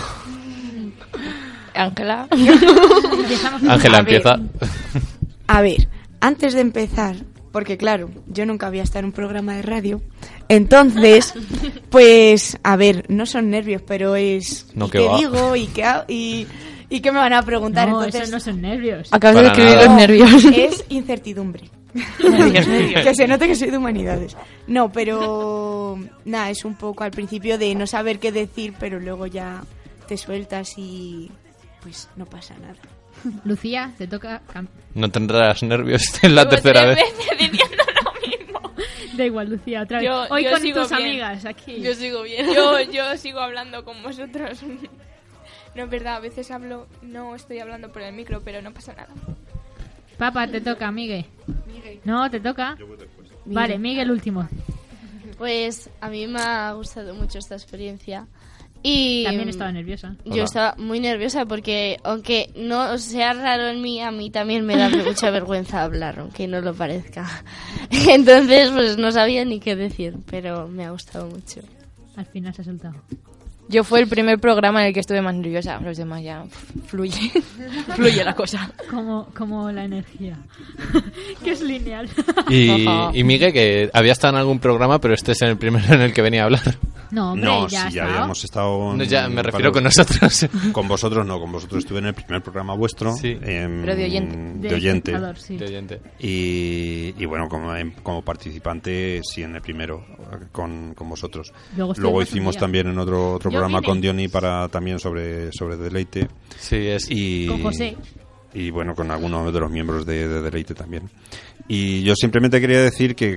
H: Ángela.
B: Ángela, empieza.
G: A ver, antes de empezar, porque claro, yo nunca había estado en un programa de radio, entonces, pues, a ver, no son nervios, pero es...
B: No,
G: ¿y
B: que
G: qué
B: va.
G: digo? ¿Y qué me van a preguntar?
C: No,
G: Entonces,
C: eso no son nervios.
F: Acabas de
B: Para
F: escribir
B: nada.
F: los nervios.
G: es incertidumbre. Que se note que soy de humanidades. No, pero nada, es un poco al principio de no saber qué decir, pero luego ya te sueltas y pues no pasa nada.
C: Lucía, te toca...
B: No tendrás nervios en la
E: Llevo
B: tercera
E: 3
B: vez.
E: veces diciendo lo mismo.
C: Da igual, Lucía, otra vez. Hoy
E: yo
C: con
E: sigo
C: tus
E: bien.
C: amigas aquí.
H: Yo sigo bien.
E: Yo sigo hablando con vosotros. No es verdad, a veces no estoy hablando por el micro, pero no pasa nada.
C: Papá, te toca, Miguel. No, te toca. Vale, Miguel último.
H: Pues a mí me ha gustado mucho esta experiencia. Y
C: También estaba nerviosa.
H: yo
B: Hola.
H: estaba muy nerviosa porque, aunque no sea raro en mí, a mí también me da mucha vergüenza hablar, aunque no lo parezca. Entonces, pues no sabía ni qué decir, pero me ha gustado mucho.
C: Al final se ha soltado.
F: Yo fue el primer programa en el que estuve más nerviosa. Los demás ya fluye. Fluye la cosa.
C: Como la energía. Que es lineal.
B: Y Miguel, que había estado en algún programa, pero este es el primero en el que venía a hablar.
C: No, hombre,
D: No,
C: ya
D: sí, ya
C: está.
D: habíamos estado...
B: No, ya me refiero con nosotros.
D: Con vosotros no, con vosotros estuve en el primer programa vuestro.
B: Sí.
F: Pero de oyente.
D: De oyente.
C: espectador, sí.
B: De oyente.
D: Y bueno, como participante, sí, en el primero, con vosotros.
C: Luego
D: Luego
C: estuvimos un
D: hicimos
C: día.
D: también en otro
C: Yo
D: programa
C: vine.
D: con Diony también sobre Deleite.
B: Sí, es.
D: Y,
C: Con José.
D: Y bueno, con algunos de los miembros de Deleite también. Y yo simplemente quería decir que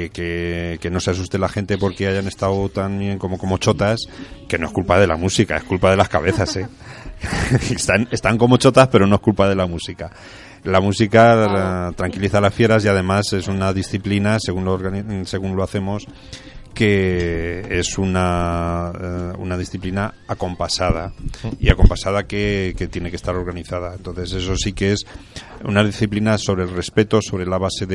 D: no se asuste la gente porque hayan estado tan bien como chotas, que no es culpa de la música, es culpa de las cabezas, ¿eh? están como chotas, pero no es culpa de la música. La música tranquiliza a las fieras y además es una disciplina, según lo hacemos, que es una disciplina acompasada y acompasada que tiene que estar organizada. Entonces eso sí que es una disciplina sobre el respeto, sobre la base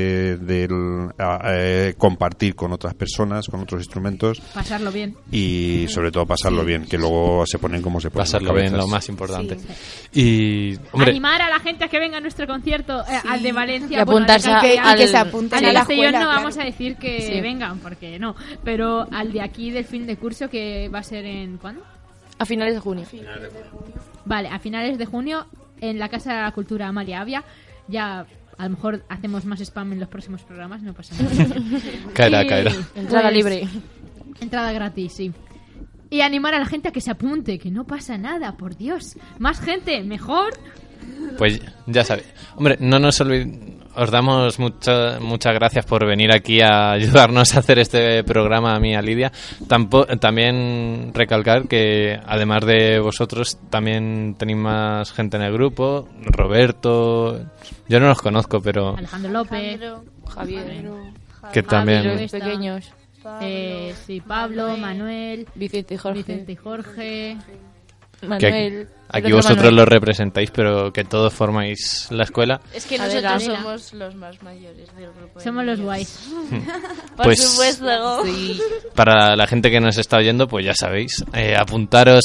D: de compartir con otras personas, con otros instrumentos
C: Pasarlo bien.
D: y sobre todo pasarlo bien, que luego se ponen como se ponen.
B: Pasarlo
D: las
B: bien,
D: cabezas.
B: lo más importante. Y, hombre,
C: Animar a la gente a que venga a nuestro concierto, al de Valencia.
F: Y apuntarse
C: bueno, al de
F: al-
G: que se apunten
C: Al
G: a
C: de
G: la
C: Castellón
G: escuela,
C: no
G: claro.
C: vamos a decir que
F: Sí.
C: vengan, porque no. Pero al de aquí del fin de curso, que va a ser en... ¿Cuándo?
F: A finales de junio.
C: Vale, a finales de junio, en la Casa de la Cultura Amalia Avia. Ya a lo mejor hacemos más spam en los próximos programas, no pasa nada.
B: caerá,
C: Y,
B: caerá.
F: Entrada
C: pues,
F: libre.
C: Entrada gratis, sí. Y animar a la gente a que se apunte, que no pasa nada, por Dios. Más gente, mejor.
B: Pues ya sabéis. Hombre, no nos os damos muchas gracias por venir aquí a ayudarnos a hacer este programa, a mí y a Lidia. También recalcar que además de vosotros también tenéis más gente en el grupo. Roberto, yo no los conozco, pero
C: Alejandro López,
F: Javier.
B: que también...
F: Los
C: Está.
F: pequeños.
C: sí, Pablo, Manuel,
F: Vicente y Jorge.
C: Vicente y Jorge.
B: que
F: Manuel.
B: aquí
F: el otro
B: vosotros
F: Manuel.
B: lo representáis, pero que todos formáis la escuela.
H: Es que
F: Adela.
H: nosotros somos los más mayores del grupo. de
C: Somos los
H: niños.
C: guays.
H: Por
B: Pues-
H: supuesto.
F: Sí.
B: Para la gente que nos está oyendo, pues ya sabéis, apuntaros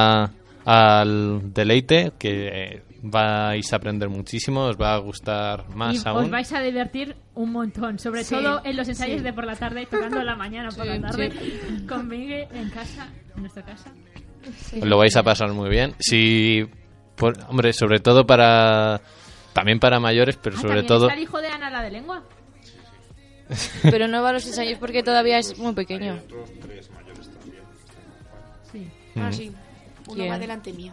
B: al Deleite, que vais a aprender muchísimo, os va a gustar más
C: Y
B: aún.
C: os vais a divertir un montón, sobre
G: Sí,
C: todo en los ensayos
G: sí.
C: de por la tarde, tocando la mañana por la tarde, con Miguel en casa, en nuestra casa.
B: Os lo vais a pasar muy bien. Si, hombre, sobre todo también para mayores, pero sobre
C: ¿También
B: todo...
C: está el hijo de Ana, la de lengua?
F: Pero no va a los ensayos porque todavía es muy pequeño.
C: Sí.
G: Ah, sí. Uno
F: ¿Quién?
G: va delante mío.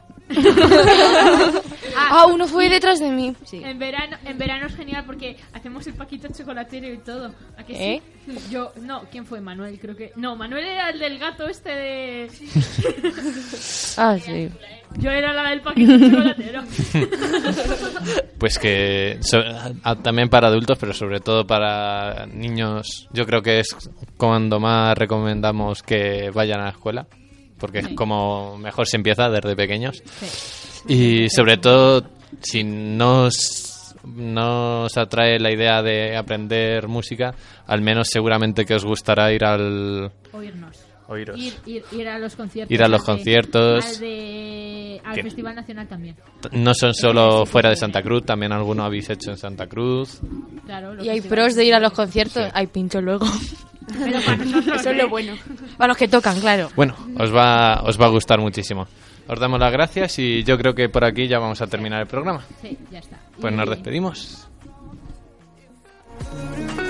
F: Ah, uno fue detrás de mí. Sí.
C: En verano es genial porque hacemos el paquito chocolatero y todo. ¿A que
F: ¿Eh?
C: sí? Yo, no, ¿quién fue? Manuel, creo que... No, Manuel era el del gato este de...
F: Ah, sí.
C: Yo era la del paquito chocolatero.
B: Pues que también para adultos, pero sobre todo para niños, yo creo que es cuando más recomendamos que vayan a la escuela, porque es como mejor se empieza desde pequeños. Y sobre todo, si no os no os atrae la idea de aprender música, al menos seguramente que os gustará ir al... Oíros.
C: Ir a los conciertos.
B: Ir a los conciertos.
C: Al Festival Nacional también.
B: No son solo fuera de Santa Cruz, también alguno habéis hecho en Santa Cruz.
C: Claro,
F: y hay pros de ir a los conciertos,
B: sí.
F: Hay pincho luego.
C: Pero para nosotros
G: eso es lo bueno.
F: Para los que tocan, claro.
B: Bueno, os va a gustar muchísimo. Os damos las gracias y yo creo que por aquí ya vamos a terminar el programa.
C: Sí, ya está.
B: Pues nos despedimos.